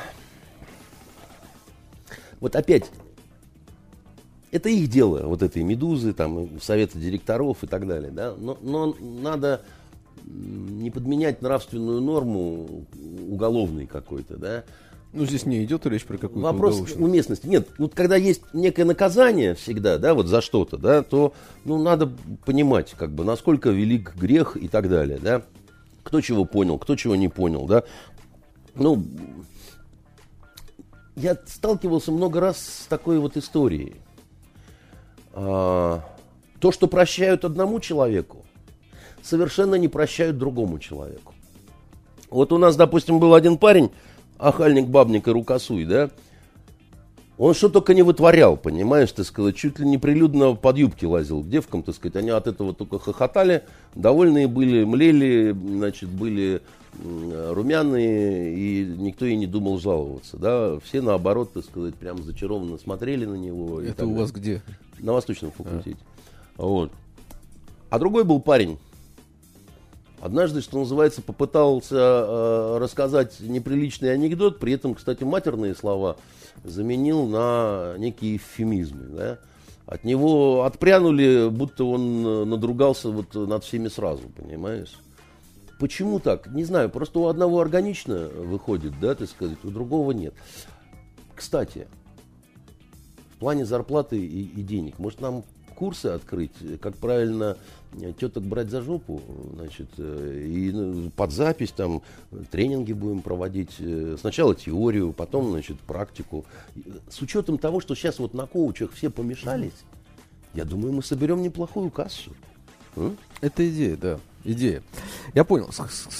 вот опять, это их дело, вот этой «Медузы», там, совета директоров и так далее, да, но надо не подменять нравственную норму уголовной какой-то, да. Ну, здесь не идет речь про какую-то вопрос уместности. Нет, вот когда есть некое наказание всегда, да, вот за что-то, да, то, надо понимать, как бы, насколько велик грех и так далее, да. Кто чего понял, кто чего не понял, да. Я сталкивался много раз с такой вот историей. То, что прощают одному человеку, совершенно не прощают другому человеку. Вот у нас, допустим, был один парень, охальник, бабник и рукосуй, да, он что только не вытворял, понимаешь, так сказать, чуть ли не прилюдно под юбки лазил к девкам, так сказать, они от этого только хохотали, довольные были, млели, значит, были румяные, и никто и не думал жаловаться, да, все наоборот, так сказать, прям зачарованно смотрели на него. Это у вас где? На Восточном факультете. Вот. А другой был парень. Однажды, что называется, попытался рассказать неприличный анекдот, при этом, кстати, матерные слова заменил на некие эвфемизмы. Да? От него отпрянули, будто он надругался вот над всеми сразу, понимаешь? Почему так? Не знаю, просто у одного органично выходит, да, так сказать, у другого нет. Кстати, в плане зарплаты и денег, может, нам курсы открыть, как правильно теток брать за жопу, значит, и под запись там тренинги будем проводить, сначала теорию, потом, значит, практику. С учетом того, что сейчас вот на коучах все помешались, я думаю, мы соберем неплохую кассу. Это идея, да, идея. Я понял.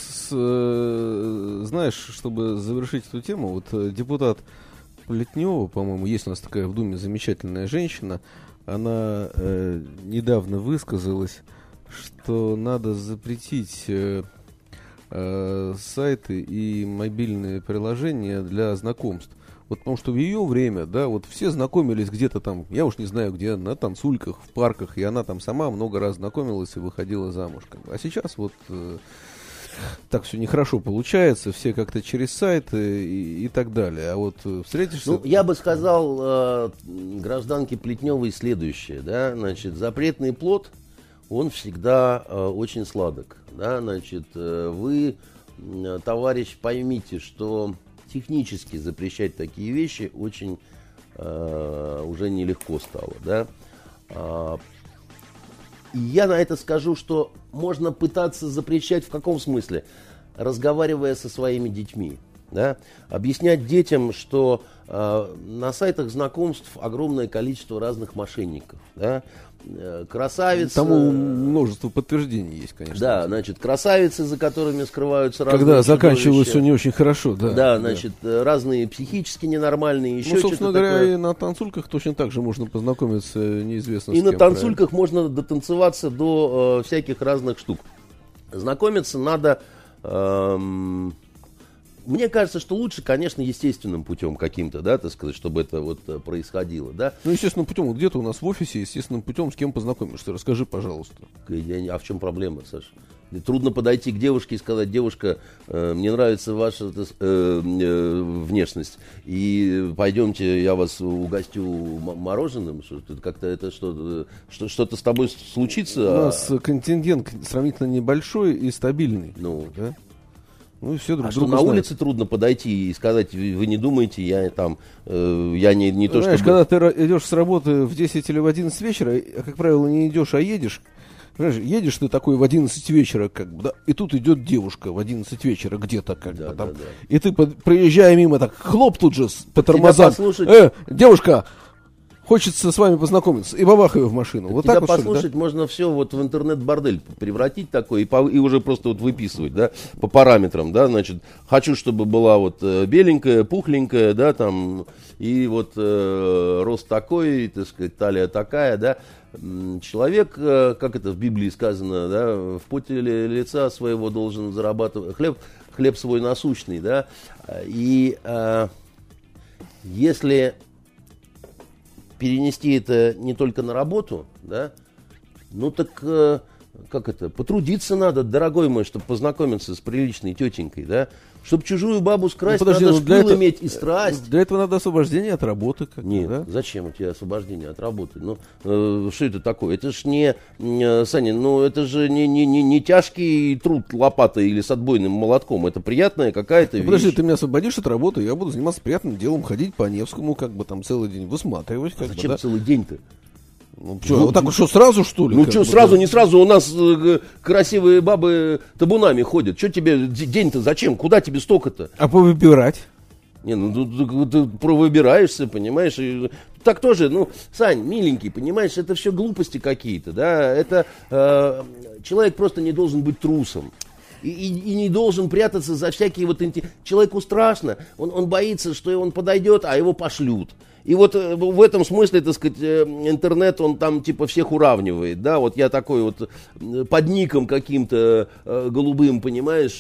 Знаешь, чтобы завершить эту тему, вот депутат Плетнева, по-моему, есть у нас такая в Думе замечательная женщина, она недавно высказалась, что надо запретить сайты и мобильные приложения для знакомств. Вот потому что в ее время, да, вот все знакомились где-то там, я уж не знаю где, на танцульках, в парках, и она там сама много раз знакомилась и выходила замуж. А сейчас вот так все нехорошо получается, все как-то через сайты и так далее. А вот встретишься... Ну, я бы сказал гражданке Плетневой следующее, да, значит, запретный плод, он всегда очень сладок, да, значит, вы, товарищ, поймите, что технически запрещать такие вещи очень уже нелегко стало, да. И я на это скажу, что можно пытаться запрещать в каком смысле? Разговаривая со своими детьми, да? Объяснять детям, что на сайтах знакомств огромное количество разных мошенников, да? Красавицы... Тому множество подтверждений есть, конечно. Да, значит, красавицы, за которыми скрываются разные когда заканчивалось чудовища. все не очень хорошо, да. Да, значит, разные психически ненормальные, еще ну, что-то собственно говоря, такое. и на танцульках точно так же можно познакомиться неизвестно с И кем. на танцульках можно дотанцеваться до всяких разных штук. Знакомиться надо... Мне кажется, что лучше, конечно, естественным путем каким-то, да, так сказать, чтобы это вот происходило, да. Ну, естественным путем. Вот где-то у нас в офисе естественным путем с кем познакомишься. Расскажи, пожалуйста. А в чем проблема, Саша? Трудно подойти к девушке и сказать: девушка, мне нравится ваша внешность, и пойдемте, я вас угостю мороженым. Как-то это что-то с тобой случится? У нас контингент сравнительно небольшой и стабильный. Ну, да? Ну и все друг а что, друга на знают. улице трудно подойти и сказать: вы не думаете, я там, я не то, Знаешь, чтобы... когда ты идешь с работы в 10 или в 11 вечера, а, как правило, не идешь, а едешь, понимаешь, едешь ты такой в 11 вечера, как бы, да, и тут идет девушка в 11 вечера где-то, как бы, там, и ты, проезжая мимо, так, хлоп тут же по тормозам, девушка, хочется с вами познакомиться, и бабах ее в машину. Вот тебя так вот, послушать что ли, да? можно все вот в интернет-бордель превратить такой и уже просто вот выписывать, да, по параметрам, да, значит, хочу, чтобы была вот беленькая, пухленькая, да, там, и вот рост такой, так сказать, талия такая, да. Человек, как это в Библии сказано, да, в поте лица своего должен зарабатывать, хлеб свой насущный, да, и если перенести это не только на работу, да, ну так, как это, потрудиться надо, дорогой мой, чтобы познакомиться с приличной тетенькой, да, чтобы чужую бабу скрасть, надо шпил иметь и страсть. Для этого надо освобождение от работы. Нет, да? Зачем у тебя освобождение от работы? Ну, что это такое? Это ж не, Саня, ну это же не тяжкий труд лопатой или с отбойным молотком, это приятная какая-то вещь. Подожди, ты меня освободишь от работы, я буду заниматься приятным делом, ходить по Невскому, как бы там целый день высматривать. Как зачем бы, да? целый день-то? Ну, что, вот так вот, что сразу, что ли? Ну, что, сразу, не сразу, у нас красивые бабы табунами ходят. Что тебе день-то, зачем? Куда тебе столько-то? А повыбирать? Не, ну, ты выбираешься, понимаешь? И так тоже, ну, Сань, миленький, понимаешь, это все глупости какие-то, да? Это человек просто не должен быть трусом. И не должен прятаться за всякие вот... Человеку страшно, он боится, что он подойдет, а его пошлют. И вот в этом смысле, так сказать, интернет, он там типа всех уравнивает, да, вот я такой вот под ником каким-то голубым, понимаешь,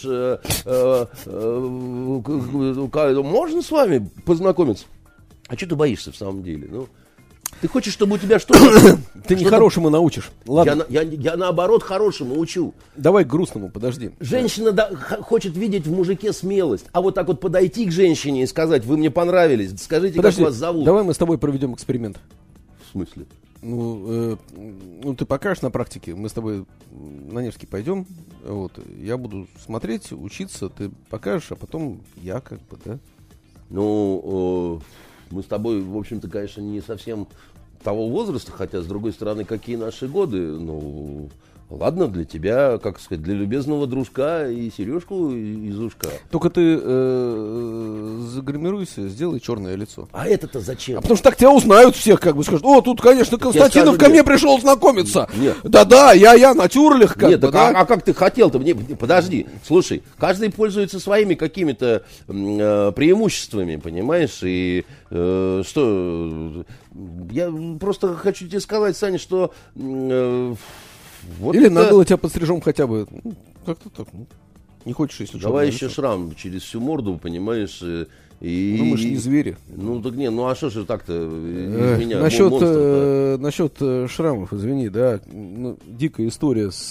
можно с вами познакомиться? А что ты боишься в самом деле, ну? Ты хочешь, чтобы у тебя что-то... Ты не хорошему научишь. Ладно. Я наоборот хорошему учу. Давай к грустному, подожди. Женщина хочет видеть в мужике смелость. А вот так вот подойти к женщине и сказать: вы мне понравились, скажите, подожди, как вас зовут. Давай мы с тобой проведем эксперимент. В смысле? Ну, ты покажешь на практике. Мы с тобой на Невский пойдем. Вот. Я буду смотреть, учиться, ты покажешь, а потом я как бы, да? Ну... Мы с тобой, в общем-то, конечно, не совсем того возраста, хотя, с другой стороны, какие наши годы, ну, ладно, для тебя, как сказать, для любезного дружка и сережку из ушка. Только ты загримируйся, сделай черное лицо. А это-то зачем? А потому что так тебя узнают всех, как бы скажут: о, тут, конечно, Константинов ко мне пришел знакомиться. Нет. Да-да, я натюрлих, как нет, бы, так, да? а как ты хотел-то? Подожди, слушай, каждый пользуется своими какими-то преимуществами, понимаешь, и что... Я просто хочу тебе сказать, Саня, что... Вот или это... наголо тебя подстрижем хотя бы. Ну, как-то так. Не хочешь, если Давай еще шрам через всю морду, понимаешь, и... Ну, мы же не звери. Ну, так не, ну а что же так-то из меня Насчет шрамов, извини, да, ну, дикая история с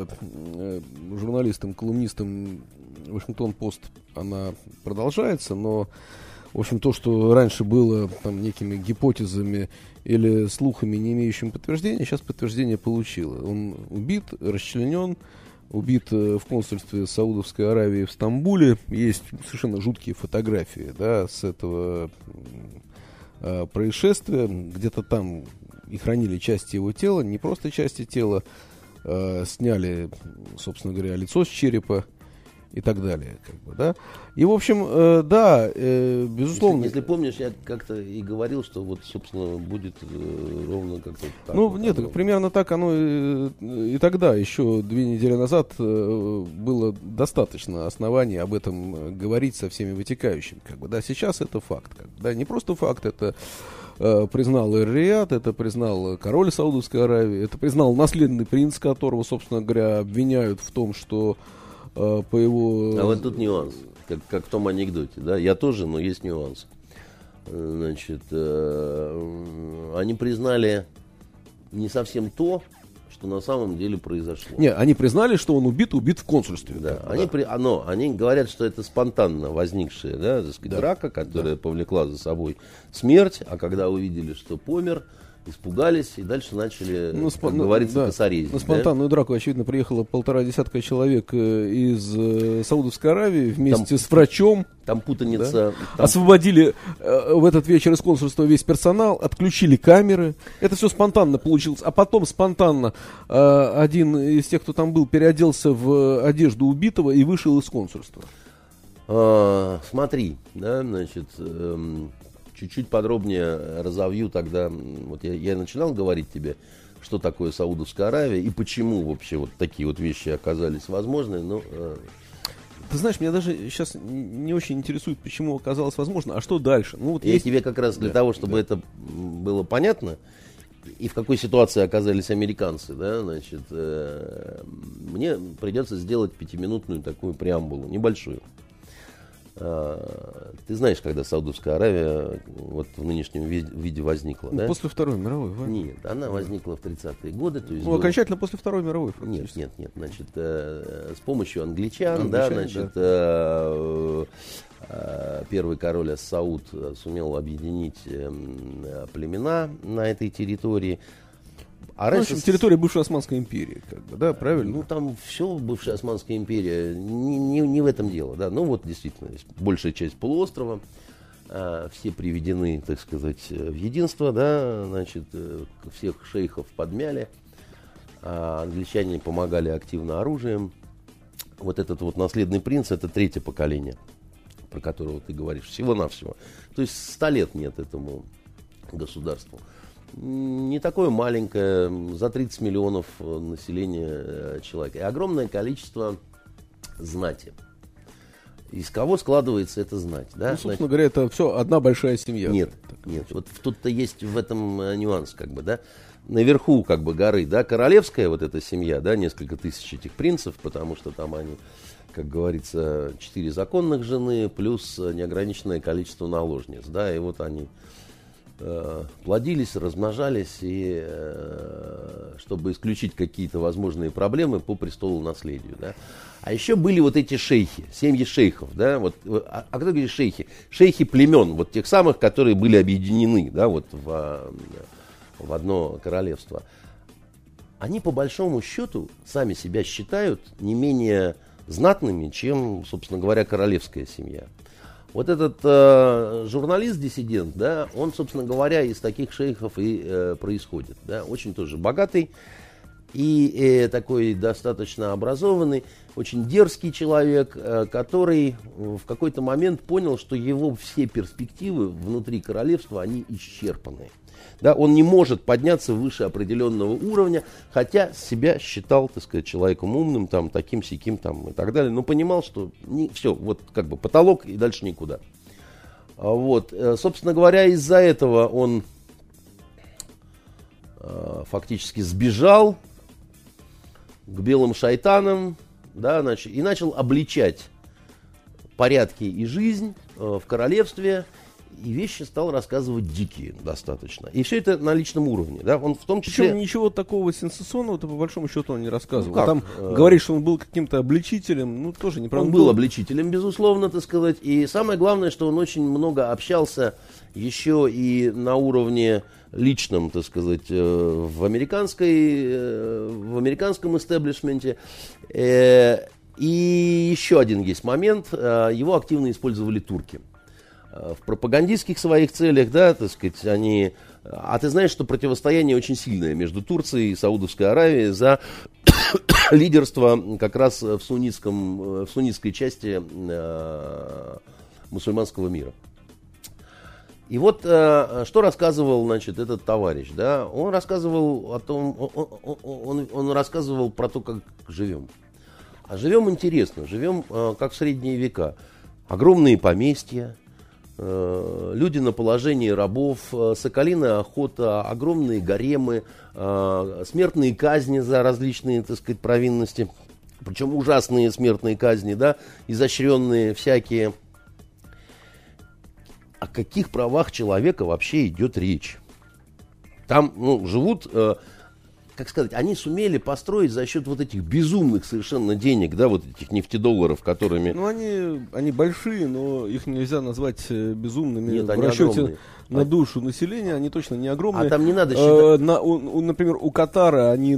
журналистом-колумнистом Вашингтон-Пост, она продолжается, но, в общем, то, что раньше было там некими гипотезами или слухами, не имеющими подтверждения, сейчас подтверждение получило. Он убит, расчленен, убит в консульстве Саудовской Аравии в Стамбуле. Есть совершенно жуткие фотографии, да, с этого происшествия. Где-то там и хранили части его тела, не просто части тела, сняли, собственно говоря, лицо с черепа и так далее, как бы, да. И, в общем, да, безусловно... Если помнишь, я как-то и говорил, что вот, собственно, будет ровно как-то так. Ну, нет, примерно так оно и тогда, еще 2 недели назад, было достаточно оснований об этом говорить со всеми вытекающими, как бы, да. Сейчас это факт, как бы, да, не просто факт, это признал Эр-Рияд, это признал король Саудовской Аравии, это признал наследный принц, которого, собственно говоря, обвиняют в том, что по его... А вот тут нюанс, как в том анекдоте, да, я тоже, но есть нюанс. Значит, они признали не совсем то, что на самом деле произошло. Не, они признали, что он убит в консульстве. Да, они говорят, что это спонтанно возникшая, да, так сказать, драка, которая повлекла за собой смерть, а когда увидели, что помер, испугались и дальше начали, как говорится, косорезить. На спонтанную драку, очевидно, приехало 1,5 десятка человек из Саудовской Аравии вместе с врачом. Там путаница. Да? Там... Освободили в этот вечер из консульства весь персонал, отключили камеры. Это все спонтанно получилось. А потом спонтанно один из тех, кто там был, переоделся в одежду убитого и вышел из консульства. Смотри, да, значит... Чуть-чуть подробнее разовью тогда, вот я начинал говорить тебе, что такое Саудовская Аравия и почему вообще вот такие вот вещи оказались возможны, но... Ты знаешь, меня даже сейчас не очень интересует, почему оказалось возможно, а что дальше? Ну, вот я тебе как раз для того, чтобы это было понятно, и в какой ситуации оказались американцы, да, значит, мне придется сделать 5-минутную такую преамбулу, небольшую. Ты знаешь, когда Саудовская Аравия вот в нынешнем виде возникла, да? После Второй мировой войны. Нет, она возникла в 30-е годы. То есть окончательно после Второй мировой, фактически. Нет, значит, с помощью англичан, да, значит, первый король Ас-Сауд сумел объединить племена на этой территории. А раньше... территория бывшей Османской империи, как бы, да, правильно? Ну, там все бывшая Османская империя, не в этом дело, да. Ну, вот, действительно, большая часть полуострова, все приведены, так сказать, в единство, да, значит, всех шейхов подмяли, англичане помогали активно оружием. Вот этот вот наследный принц, это 3-е поколение, про которого ты говоришь, всего-навсего. То есть 100 лет нет этому государству. Не такое маленькое, за 30 миллионов населения человек. И огромное количество знати. Из кого складывается эта знать? Да? Ну, собственно говоря, это все одна большая семья. Нет. Вот тут-то есть в этом нюанс, как бы, да. Наверху, как бы, горы, да, королевская вот эта семья, да, несколько тысяч этих принцев, потому что там они, как говорится, 4 законных жены, плюс неограниченное количество наложниц, да, и вот они плодились, размножались, и чтобы исключить какие-то возможные проблемы по престолу наследию, да. А еще были вот эти шейхи, семьи шейхов, да, вот, а кто говорит шейхи? Шейхи племен, вот тех самых, которые были объединены, да, вот в одно королевство. Они по большому счету сами себя считают не менее знатными, чем, собственно говоря, королевская семья. Вот этот журналист-диссидент, да, он, собственно говоря, из таких шейхов и происходит, да, очень тоже богатый и такой достаточно образованный, очень дерзкий человек, который в какой-то момент понял, что его все перспективы внутри королевства, они исчерпаны. Да, он не может подняться выше определенного уровня, хотя себя считал, так сказать, человеком умным, там, таким-сяким там, и так далее, но понимал, что все, вот как бы потолок и дальше никуда. Вот, собственно говоря, из-за этого он фактически сбежал к белым шайтанам, да, значит, и начал обличать порядки и жизнь в королевстве, и вещи стал рассказывать дикие достаточно. И все это на личном уровне. Да? Он в том числе... Причем ничего такого сенсационного-то по большому счету он не рассказывал. Ну, там говорит, что он был каким-то обличителем, ну тоже неправда. Он был обличителем, безусловно, так сказать. И самое главное, что он очень много общался еще и на уровне личном, так сказать, в американском истеблишменте. И еще один есть момент. Его активно использовали турки. В пропагандистских своих целях, да, так сказать, они... А ты знаешь, что противостояние очень сильное между Турцией и Саудовской Аравией за лидерство как раз в суннитской части мусульманского мира. И вот что рассказывал, значит, этот товарищ, да, он рассказывал о том, он рассказывал про то, как живем. А живем интересно, живем как в средние века. Огромные поместья, люди на положении рабов, соколиная охота, огромные гаремы, смертные казни за различные, так сказать, провинности, причем ужасные смертные казни, да, изощренные всякие. О каких правах человека вообще идет речь? Там, ну, живут, как сказать, они сумели построить за счет вот этих безумных совершенно денег, да, вот этих нефтедолларов, которыми... Ну, они большие, но их нельзя назвать безумными. Нет, в они расчете огромные. на душу населения они точно не огромные. А там не надо считать... например, у Катара они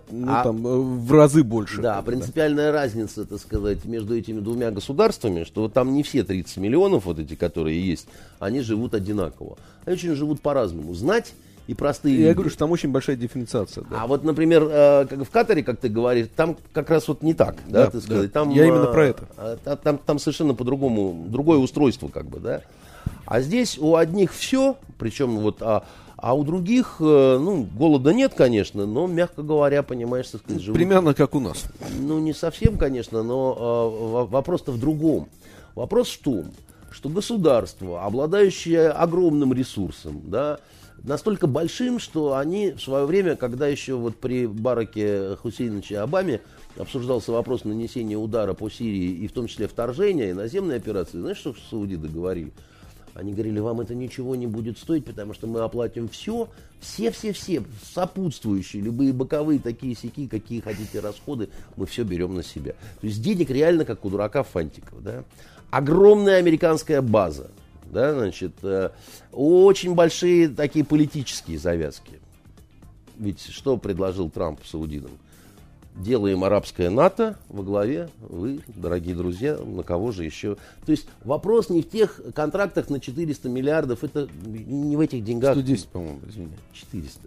в разы больше. Да, принципиальная разница, так сказать, между этими двумя государствами, что вот там не все 30 миллионов, вот эти, которые есть, они живут одинаково. Они очень живут по-разному. Знать и простые люди. Я говорю, что там очень большая дифференциация. Да. А вот, например, в Катаре, как ты говоришь, там как раз вот не так, да, ты сказать. Там, я именно про это. Там совершенно по-другому, другое устройство, как бы, да. А здесь у одних все, причем вот, а у других, ну, голода нет, конечно, но, мягко говоря, понимаешь, так сказать, живут... Примерно как у нас. Ну, не совсем, конечно, но вопрос-то в другом. Вопрос в том, что государство, обладающее огромным ресурсом, да, настолько большим, что они в свое время, когда еще вот при Бараке Хусейновиче Обаме обсуждался вопрос нанесения удара по Сирии, и в том числе вторжения, и наземной операции, знаешь, что саудиты говорили? Они говорили, вам это ничего не будет стоить, потому что мы оплатим все сопутствующие, любые боковые такие-сяки, какие хотите расходы, мы все берем на себя. То есть денег реально, как у дурака Фантикова, да? Огромная американская база. Да, значит, очень большие такие политические завязки. Ведь что предложил Трамп саудинам? Делаем арабское НАТО во главе, вы, дорогие друзья, на кого же еще? То есть вопрос не в тех контрактах на 400 миллиардов, это не в этих деньгах. 110, по-моему, извини. 400.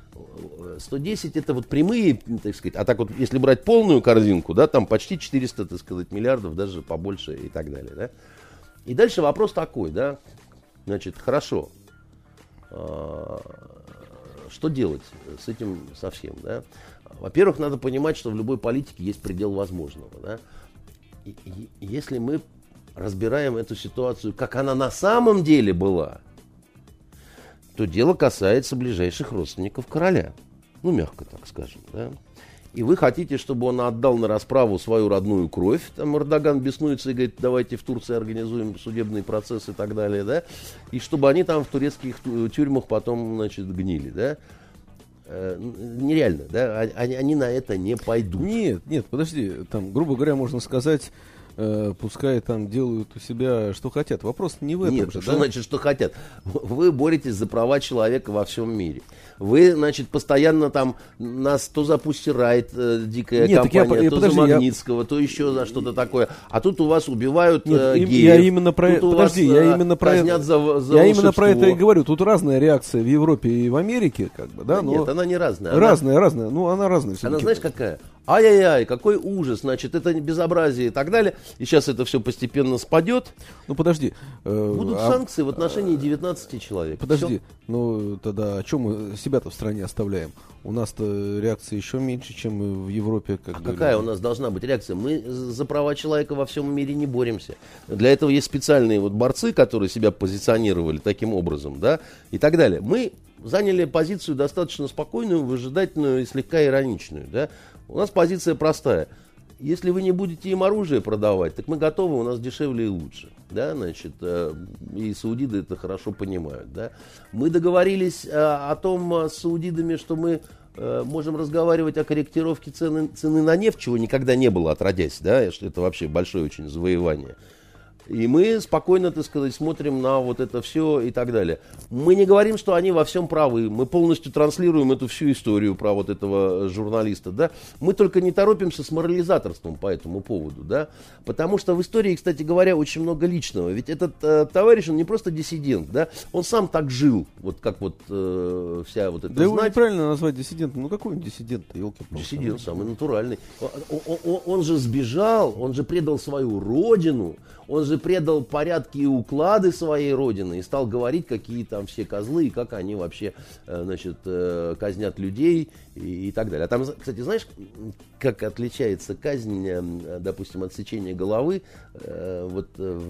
110 это вот прямые, так сказать, а так вот, если брать полную корзинку, да, там почти 400, так сказать, миллиардов, даже побольше и так далее, да. И дальше вопрос такой, да, значит, хорошо, что делать с этим совсем, да? Во-первых, надо понимать, что в любой политике есть предел возможного, да? И если мы разбираем эту ситуацию, как она на самом деле была, то дело касается ближайших родственников короля, ну, мягко так скажем, да? И вы хотите, чтобы он отдал на расправу свою родную кровь, там Эрдоган беснуется и говорит, давайте в Турции организуем судебный процесс и так далее, да, и чтобы они там в турецких тюрьмах потом, значит, гнили, да, нереально, да, они на это не пойдут. Нет, подожди, там, грубо говоря, можно сказать, пускай там делают у себя что хотят. Вопрос не в этом. Нет, же, что да? значит, что хотят? Вы боретесь за права человека во всем мире. Вы, значит, постоянно там нас то за Пусси Райт, дикая компания, то за Магнитского, то еще за что-то такое. А тут у вас убивают геев. Я именно про это. Подожди, я именно про это. Я именно про это и говорю. Тут разная реакция в Европе и в Америке, как бы, да? Но нет, она не разная. Разная. Ну, она разная. Она, знаешь, какая? Ай-яй-яй, какой ужас, значит, это безобразие и так далее. И сейчас это все постепенно спадет. Ну, подожди. Будут санкции в отношении 19 человек. Подожди, все. ну, тогда о чем мы себя-то в стране оставляем? У нас-то реакция еще меньше, чем в Европе. Какая у нас должна быть реакция? Мы за права человека во всем мире не боремся. Для этого есть специальные вот борцы, которые себя позиционировали таким образом, да, и так далее. Мы заняли позицию достаточно спокойную, выжидательную и слегка ироничную, да. У нас позиция простая. если вы не будете им оружие продавать, так мы готовы, у нас дешевле и лучше. Да, значит, и саудиды это хорошо понимают. Да. Мы договорились о том с саудидами, что мы можем разговаривать о корректировке цены на нефть, чего никогда не было отродясь, да, что это вообще большое очень завоевание. И мы спокойно, так сказать, смотрим на вот это все и так далее. Мы не говорим, что они во всем правы. Мы полностью транслируем эту всю историю про вот этого журналиста. Да? Мы только не торопимся с морализаторством по этому поводу. Да? Потому что в истории, кстати говоря, очень много личного. Ведь этот товарищ, он не просто диссидент. Да? Он сам так жил. Вот как вот вся вот эта Да его неправильно назвать диссидентом. Ну какой он диссидент-то, елки-палки? Диссидент, самый натуральный. Он же сбежал, он же предал свою родину. Он же предал порядки и уклады своей родины и стал говорить, какие там все козлы и как они вообще, значит, казнят людей и так далее. А там, кстати, знаешь, как отличается казнь, допустим, от сечения головы? Вот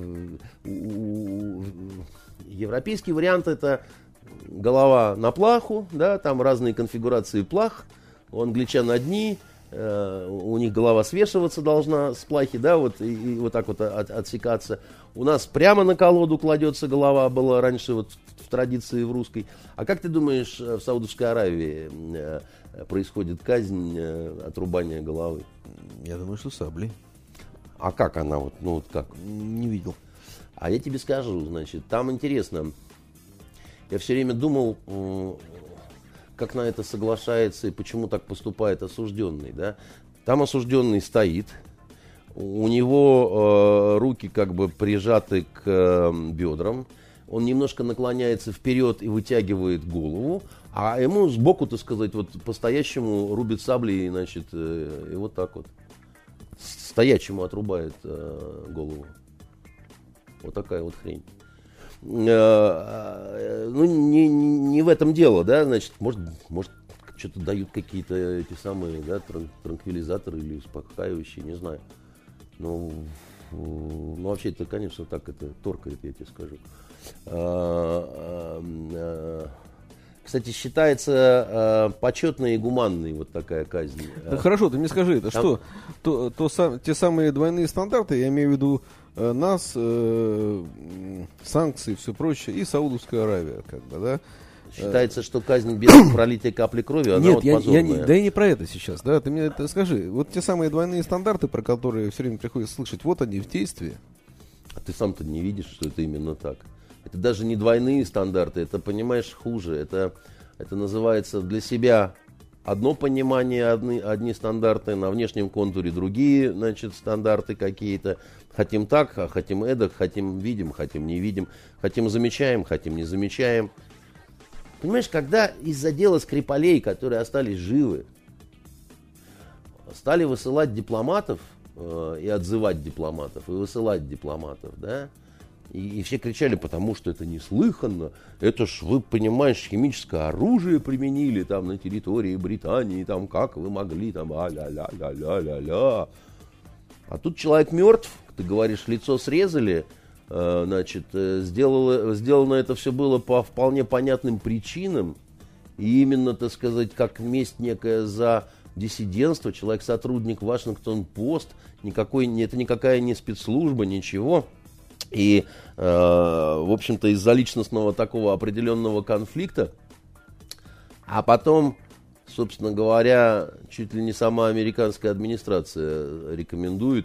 европейский вариант — это голова на плаху, да, там разные конфигурации плах, у англичан одни. У них голова свешиваться должна с плахи, да, вот, и вот так вот отсекаться. У нас прямо на колоду кладется голова, была раньше вот в традиции в русской. А как ты думаешь, в Саудовской Аравии происходит казнь отрубания головы? Я думаю, что саблей. А как она вот, ну вот как? Не видел. А я тебе скажу, значит, там интересно. Я все время думал, как на это соглашается и почему так поступает осужденный. Да? Там осужденный стоит, у него руки как бы прижаты к бедрам, он немножко наклоняется вперед и вытягивает голову, а ему сбоку, так сказать, вот по-стоящему рубит саблей, значит, и вот так вот. Стоячему отрубает голову. Вот такая вот хрень. Ну, не в этом дело, да, значит, может что-то дают какие-то эти самые, да, транквилизаторы или успокаивающие, не знаю. Ну, вообще это, конечно, так это торкает, я тебе скажу. Кстати, считается почетной и гуманной вот такая казнь. Да хорошо, ты мне скажи, это там... что? Те самые двойные стандарты, я имею в виду нас, санкции и все прочее, и Саудовская Аравия, как бы, да? Считается, что казнь без пролития капли крови, она вот позорная. Да и не про это сейчас, да? Ты мне это скажи. Вот те самые двойные стандарты, про которые все время приходится слышать, вот они в действии. А ты сам-то не видишь, что это именно так. Это даже не двойные стандарты, это, понимаешь, хуже. Это называется для себя одно понимание, одни стандарты, на внешнем контуре другие, значит, стандарты какие-то. Хотим так, а хотим эдак, хотим видим, хотим не видим, хотим замечаем, хотим не замечаем. Понимаешь, когда из-за дела Скрипалей, которые остались живы, стали высылать дипломатов и отзывать дипломатов, и высылать дипломатов, да, и все кричали, потому что это неслыханно, это ж, вы понимаешь, химическое оружие применили там на территории Британии, там как вы могли, там а-ля-ля-ля-ля-ля-ля. А тут человек мертв, ты говоришь, лицо срезали, значит, сделано это все было по вполне понятным причинам, и именно, так сказать, как месть некая за диссидентство, человек-сотрудник Вашингтон-Пост, это никакая не спецслужба, ничего. И, в общем-то, из-за личностного такого определенного конфликта, а потом, собственно говоря, чуть ли не сама американская администрация рекомендует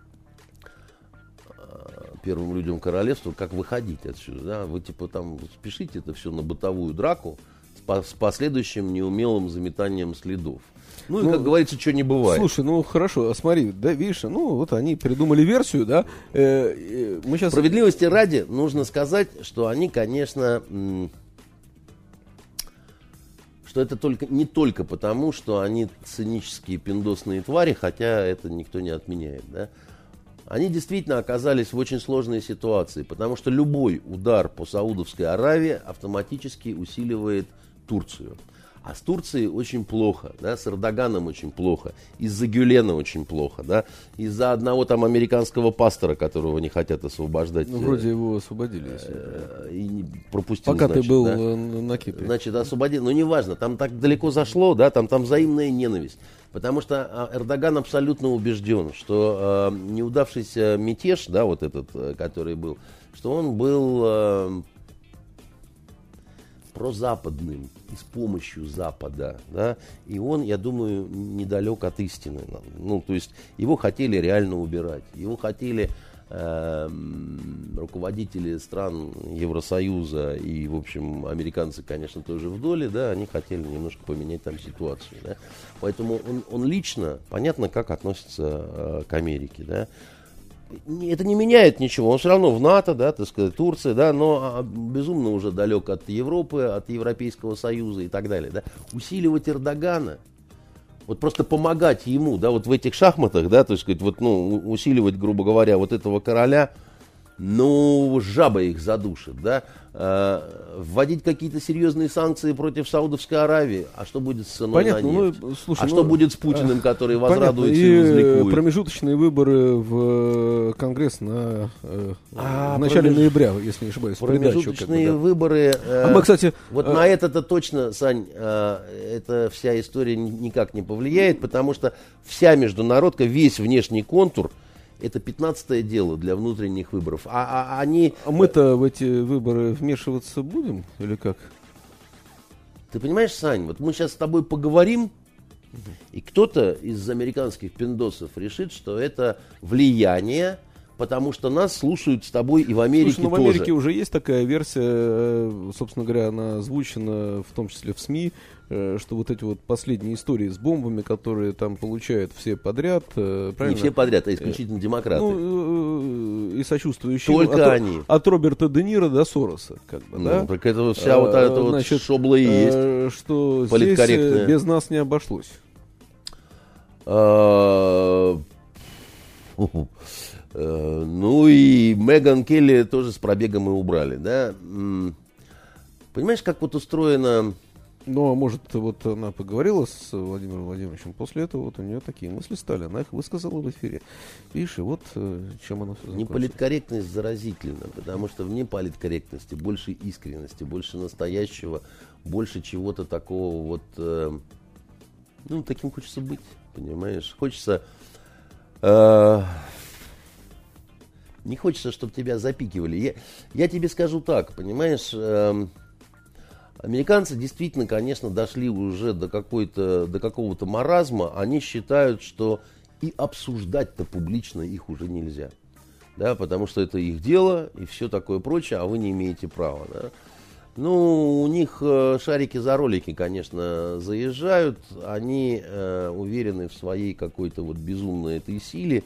первым людям королевства, как выходить отсюда. Да? Вы типа там спешите это все на бытовую драку с последующим неумелым заметанием следов. Ну, и, как говорится, что не бывает. Слушай, ну, хорошо, смотри, да, видишь, ну, вот они придумали версию, да. Мы сейчас... Справедливости ради, нужно сказать, что они, конечно, что это не только потому, что они цинические пиндосные твари, хотя это никто не отменяет, да. Они действительно оказались в очень сложной ситуации, потому что любой удар по Саудовской Аравии автоматически усиливает Турцию. А с Турцией очень плохо, да, с Эрдоганом очень плохо, из-за Гюлена очень плохо, да, из-за одного там американского пастора, которого не хотят освобождать. Ну, вроде его освободили. И пропустил, Пока значит, ты был да. на Кипре. Значит, освободили, но неважно, там так далеко зашло, да, там взаимная ненависть. Потому что Эрдоган абсолютно убежден, что неудавшийся мятеж, да, вот этот, который был, что он был прозападным и с помощью Запада, да, и он, я думаю, недалек от истины. Ну, то есть его хотели реально убирать, его хотели руководители стран Евросоюза и, в общем, американцы, конечно, тоже в доле, да, они хотели немножко поменять там ситуацию, да. Поэтому он лично, понятно, как относится к Америке, да. Это не меняет ничего, он все равно в НАТО, да, так сказать, Турция, да, но безумно уже далек от Европы, от Европейского Союза и так далее, да. Усиливать Эрдогана, вот просто помогать ему, да, вот в этих шахматах, да, то есть, вот, ну, усиливать, грубо говоря, вот этого короля, ну, жаба их задушит, да, вводить какие-то серьезные санкции против Саудовской Аравии, а что будет с ценой на нефть? Ну, слушай, а что будет с Путиным, который возрадуется и и возликует? промежуточные выборы в Конгресс в начале ноября, если не ошибаюсь. Промежуточные выборы. Мы, кстати, вот на это точно, Сань, эта вся история никак не повлияет, потому что вся международка, весь внешний контур, это 15-е дело для внутренних выборов. А мы-то в эти выборы вмешиваться будем или как? Ты понимаешь, Сань, вот мы сейчас с тобой поговорим, и кто-то из американских пиндосов решит, что это влияние, потому что нас слушают с тобой и в Америке. Слушай, ну, в Америке уже есть такая версия, собственно говоря, она озвучена в том числе в СМИ, что вот эти вот последние истории с бомбами, которые там получают все подряд, правильно? Не все подряд, а исключительно демократы. Ну, и сочувствующие. Только они. От Роберта Де Ниро до Сороса, как бы, да? Так это вся вот эта вот шобла и есть. Что здесь без нас не обошлось. Ну и Меган Келли тоже с пробегом и убрали, да? Понимаешь, как вот устроено... Ну, а может, вот она поговорила с Владимиром Владимировичем, после этого вот у нее такие мысли стали, она их высказала в эфире. Видишь, и вот чем она все закончила. Неполиткорректность заразительна, потому что вне политкорректности больше искренности, больше настоящего, больше чего-то такого вот... ну, таким хочется быть, понимаешь? Хочется... не хочется, чтобы тебя запикивали. Я тебе скажу так, понимаешь... Американцы действительно, конечно, дошли уже до какого-то маразма. Они считают, что и обсуждать-то публично их уже нельзя. Да, потому что это их дело и все такое прочее, а вы не имеете права. Да. Ну, у них шарики за ролики, конечно, заезжают. Они уверены в своей какой-то вот безумной этой силе.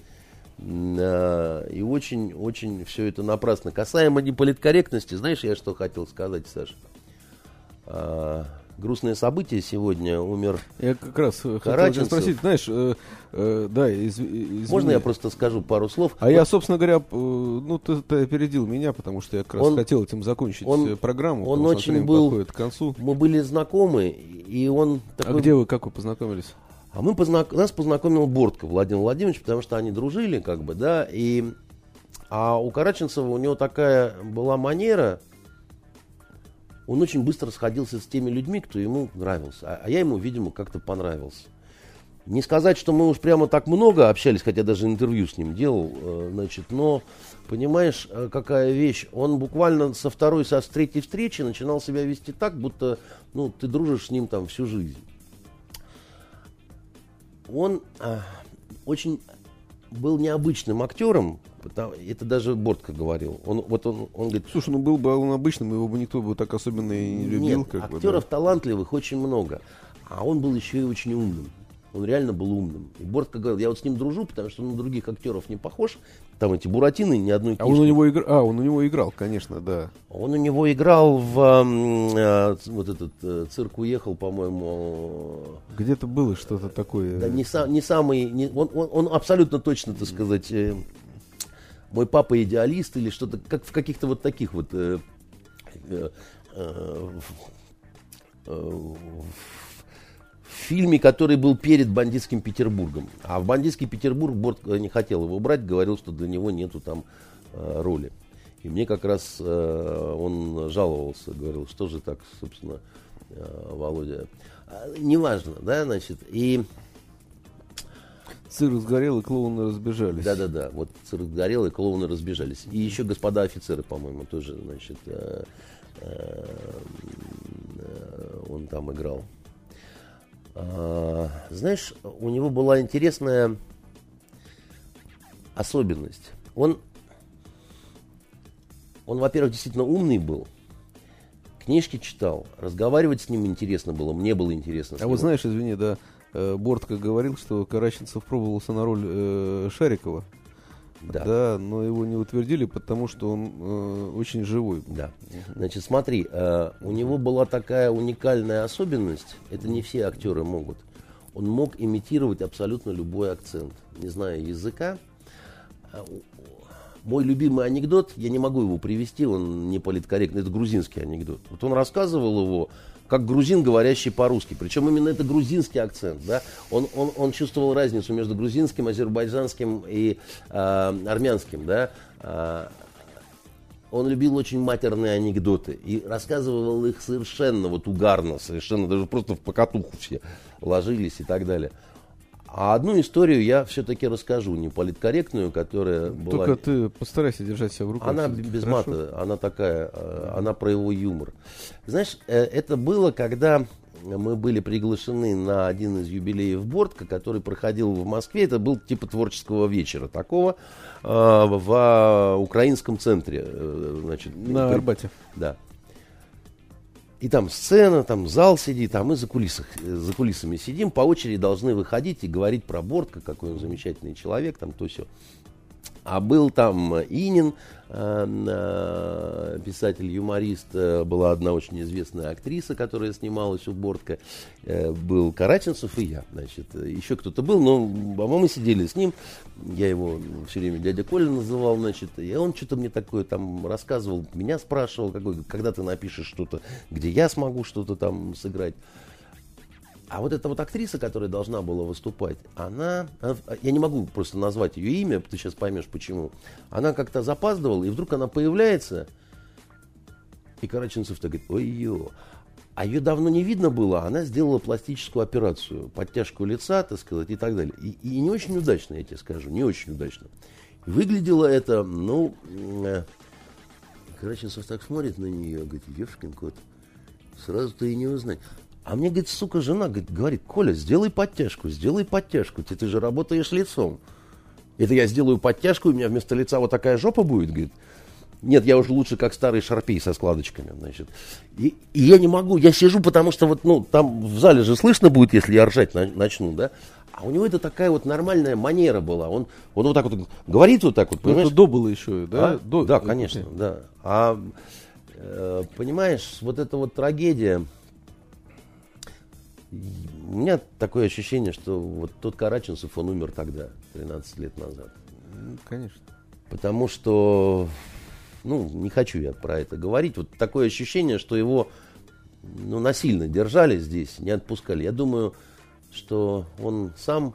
И очень все это напрасно. Касаемо неполиткорректности, знаешь, я что хотел сказать, Саша? Грустное событие сегодня, умер. Я как раз хотел тебя спросить, знаешь, да, извини. Можно я просто скажу пару слов? А вот. Я, собственно говоря, ну ты опередил меня, потому что я как раз хотел этим закончить программу. Он очень был, подходит к концу. Мы были знакомы, и он... Такой... А как вы познакомились? Нас познакомил Бортко Владимир Владимирович, потому что они дружили, как бы, да, а у Караченцева у него такая была манера. Он очень быстро сходился с теми людьми, кто ему нравился. А я ему, видимо, как-то понравился. Не сказать, что мы уж прямо так много общались, хотя даже интервью с ним делал, значит, но, понимаешь, какая вещь. Он буквально со второй, со третьей встречи начинал себя вести так, будто, ну, ты дружишь с ним там всю жизнь. Он очень был необычным актером. Это даже Бортко говорил. Он говорит... Слушай, ну был бы он обычным, его бы никто бы так особенно и не любил. Нет, актеров талантливых очень много. А он был еще и очень умным. Он реально был умным. И Бортко говорил, я вот с ним дружу, потому что он на других актеров не похож. Там эти буратины ни одной книжки. Он у него играл, конечно, да. Он у него играл в... вот этот цирк уехал, по-моему... Где-то было что-то такое. Да, не самый... Он абсолютно точно, так сказать... «Мой папа идеалист» или что-то, как в каких-то вот таких вот фильме, который был перед «Бандитским Петербургом». А в «Бандитский Петербург» Борт не хотел его брать, говорил, что для него нету там роли. И мне как раз он жаловался, говорил, что же так, собственно, Володя. Неважно, да, значит, и... Цирк сгорел, и клоуны разбежались. Да, вот цирк сгорел, и клоуны разбежались. И еще «Господа офицеры», по-моему, тоже, значит, он там играл. Знаешь, у него была интересная особенность. Он, во-первых, действительно умный был, книжки читал, разговаривать с ним интересно было, мне было интересно с ним. А вот знаешь, извини, да, Бортко говорил, что Караченцев пробовался на роль Шарикова. Да, но его не утвердили, потому что он очень живой. Да. Значит, смотри, у него была такая уникальная особенность, это не все актеры могут. Он мог имитировать абсолютно любой акцент, не зная языка. Мой любимый анекдот, я не могу его привести, он не политкорректный, это грузинский анекдот. Вот он рассказывал его как грузин, говорящий по-русски. Причем именно это грузинский акцент. Да? Он чувствовал разницу между грузинским, азербайджанским и армянским. Да? Он любил очень матерные анекдоты и рассказывал их совершенно вот угарно, совершенно даже просто в покатуху все ложились и так далее. А одну историю я все-таки расскажу, не политкорректную, которая была... Только ты постарайся держать себя в руках. Она без мата, она такая, она про его юмор. Знаешь, это было, когда мы были приглашены на один из юбилеев Бортко, который проходил в Москве. Это был типа творческого вечера такого в украинском центре. Значит, на Арбате. Да. И там сцена, там зал сидит, а мы за кулисами сидим, по очереди должны выходить и говорить про Бортко, какой он замечательный человек, там то все. А был там Инин, писатель-юморист, была одна очень известная актриса, которая снималась у Бортко, был Караченцев и я, значит, еще кто-то был, но мы сидели с ним, я его все время дядя Коля называл, значит, и он что-то мне такое там рассказывал, меня спрашивал, когда ты напишешь что-то, где я смогу что-то там сыграть. А вот эта вот актриса, которая должна была выступать, она, я не могу просто назвать ее имя, ты сейчас поймешь почему. Она как-то запаздывала, и вдруг она появляется, и Караченцев так говорит, ой-ё. А ее давно не видно было, она сделала пластическую операцию, подтяжку лица, так сказать, и так далее. И не очень удачно, я тебе скажу, не очень удачно. Выглядело это, ну, Караченцев так смотрит на нее, говорит, ёшкин кот, сразу-то и не узнать. А мне, говорит, сука, жена говорит, Коля, сделай подтяжку, ты же работаешь лицом. Это я сделаю подтяжку, и у меня вместо лица вот такая жопа будет, говорит. Нет, я уже лучше как старый шарпей со складочками, значит. И я не могу, я сижу, потому что вот, ну, там в зале же слышно будет, если я ржать начну, да. А у него это такая вот нормальная манера была. Он вот так вот говорит вот так вот, понимаешь? Это до было еще, да? А? Да, конечно, да. А, понимаешь, вот эта вот трагедия... У меня такое ощущение, что вот тот Караченцев, он умер тогда, 13 лет назад. Конечно. Потому что, ну, не хочу я про это говорить. Вот такое ощущение, что его, ну, насильно держали здесь, не отпускали. Я думаю, что он сам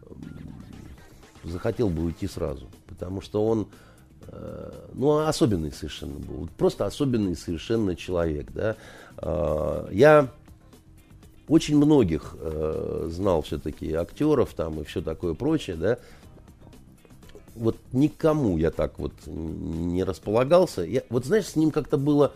захотел бы уйти сразу. Потому что он, ну, особенный совершенно был. Просто особенный совершенно человек, да. Я... Очень многих знал все-таки актеров там и все такое прочее, да. Вот никому я так вот не располагался. Вот знаешь, с ним как-то было...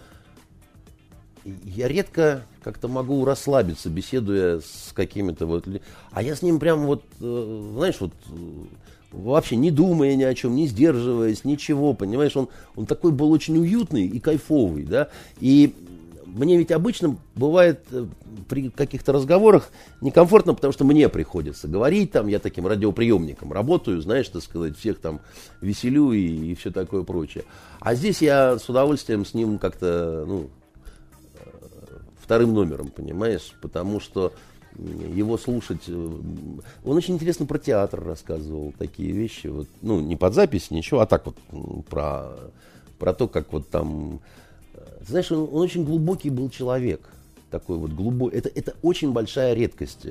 Я редко как-то могу расслабиться, беседуя с какими-то вот... А я с ним прям вот, знаешь, вот... Вообще не думая ни о чем, не сдерживаясь, ничего, понимаешь. Он такой был очень уютный и кайфовый, да. И... Мне ведь обычно бывает при каких-то разговорах некомфортно, потому что мне приходится говорить, там, я таким радиоприемником работаю, знаешь, так сказать, всех там веселю и все такое прочее. А здесь я с удовольствием с ним как-то, ну, вторым номером, понимаешь, потому что его слушать... Он очень интересно про театр рассказывал, такие вещи, вот, ну, не под запись, ничего, а так вот про то, как вот там... Знаешь, он очень глубокий был человек. такой вот глубокий. Это очень большая редкость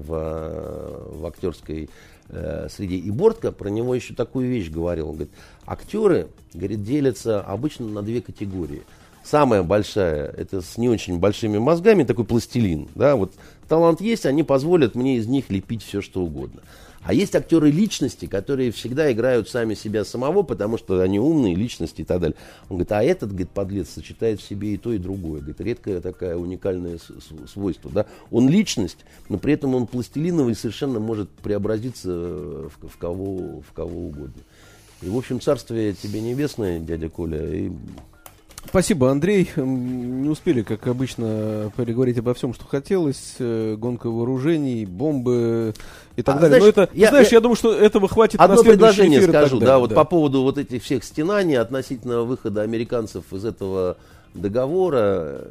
в актерской среде. И Бортко про него еще такую вещь говорил. Он говорит, актеры, говорит, делятся обычно на две категории. Самая большая, это с не очень большими мозгами, такой пластилин. Да, вот талант есть, они позволят мне из них лепить все, что угодно. А есть актеры личности, которые всегда играют сами себя самого, потому что они умные личности и так далее. Он говорит, а этот, говорит, подлец сочетает в себе и то, и другое. Говорит, редкое такое уникальное свойство. Да? Он личность, но при этом он пластилиновый, совершенно может преобразиться в кого угодно. И, в общем, царствие тебе небесное, дядя Коля, и... Спасибо, Андрей. Не успели, как обычно, переговорить обо всем, что хотелось. Гонка вооружений, бомбы и так далее. Знаешь, но это, я думаю, что этого хватит на одно следующий предложение эфир. Скажу, да, вот по поводу вот этих всех стенаний относительно выхода американцев из этого договора.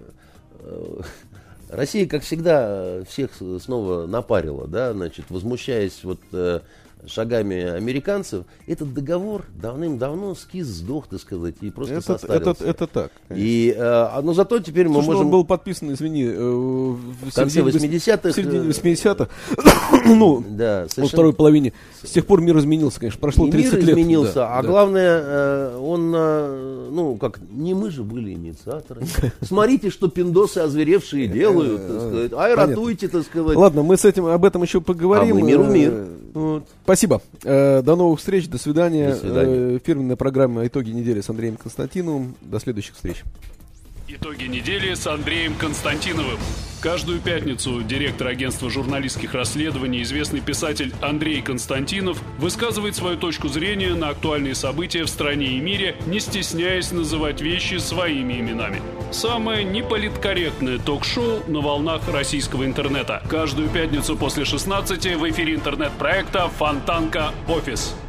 Россия, как всегда, всех снова напарила, да, значит, возмущаясь вот шагами американцев. Этот договор давным-давно скис, сдох, так сказать, и просто состарился. Это так. И, но зато теперь мы можем... Он был подписан, извини, в конце 80-х. В середине 80-х. Ну, да, во второй половине. С тех пор мир изменился, конечно, прошло 30 лет. Мир изменился, а главное, он, ну, как, не мы же были инициаторы. Смотрите, что пиндосы озверевшие делают, так сказать. Ай, ратуйте, так сказать. Ладно, мы об этом еще поговорим. А мы миру мир. Спасибо. До новых встреч, до свидания. До свидания. Фирменная программа «Итоги недели» с Андреем Константиновым. До следующих встреч. Итоги недели с Андреем Константиновым. Каждую пятницу директор агентства журналистских расследований, известный писатель Андрей Константинов высказывает свою точку зрения на актуальные события в стране и мире, не стесняясь называть вещи своими именами. Самое неполиткорректное ток-шоу на волнах российского интернета. Каждую пятницу после 16 в эфире интернет-проекта «Фонтанка. Офис».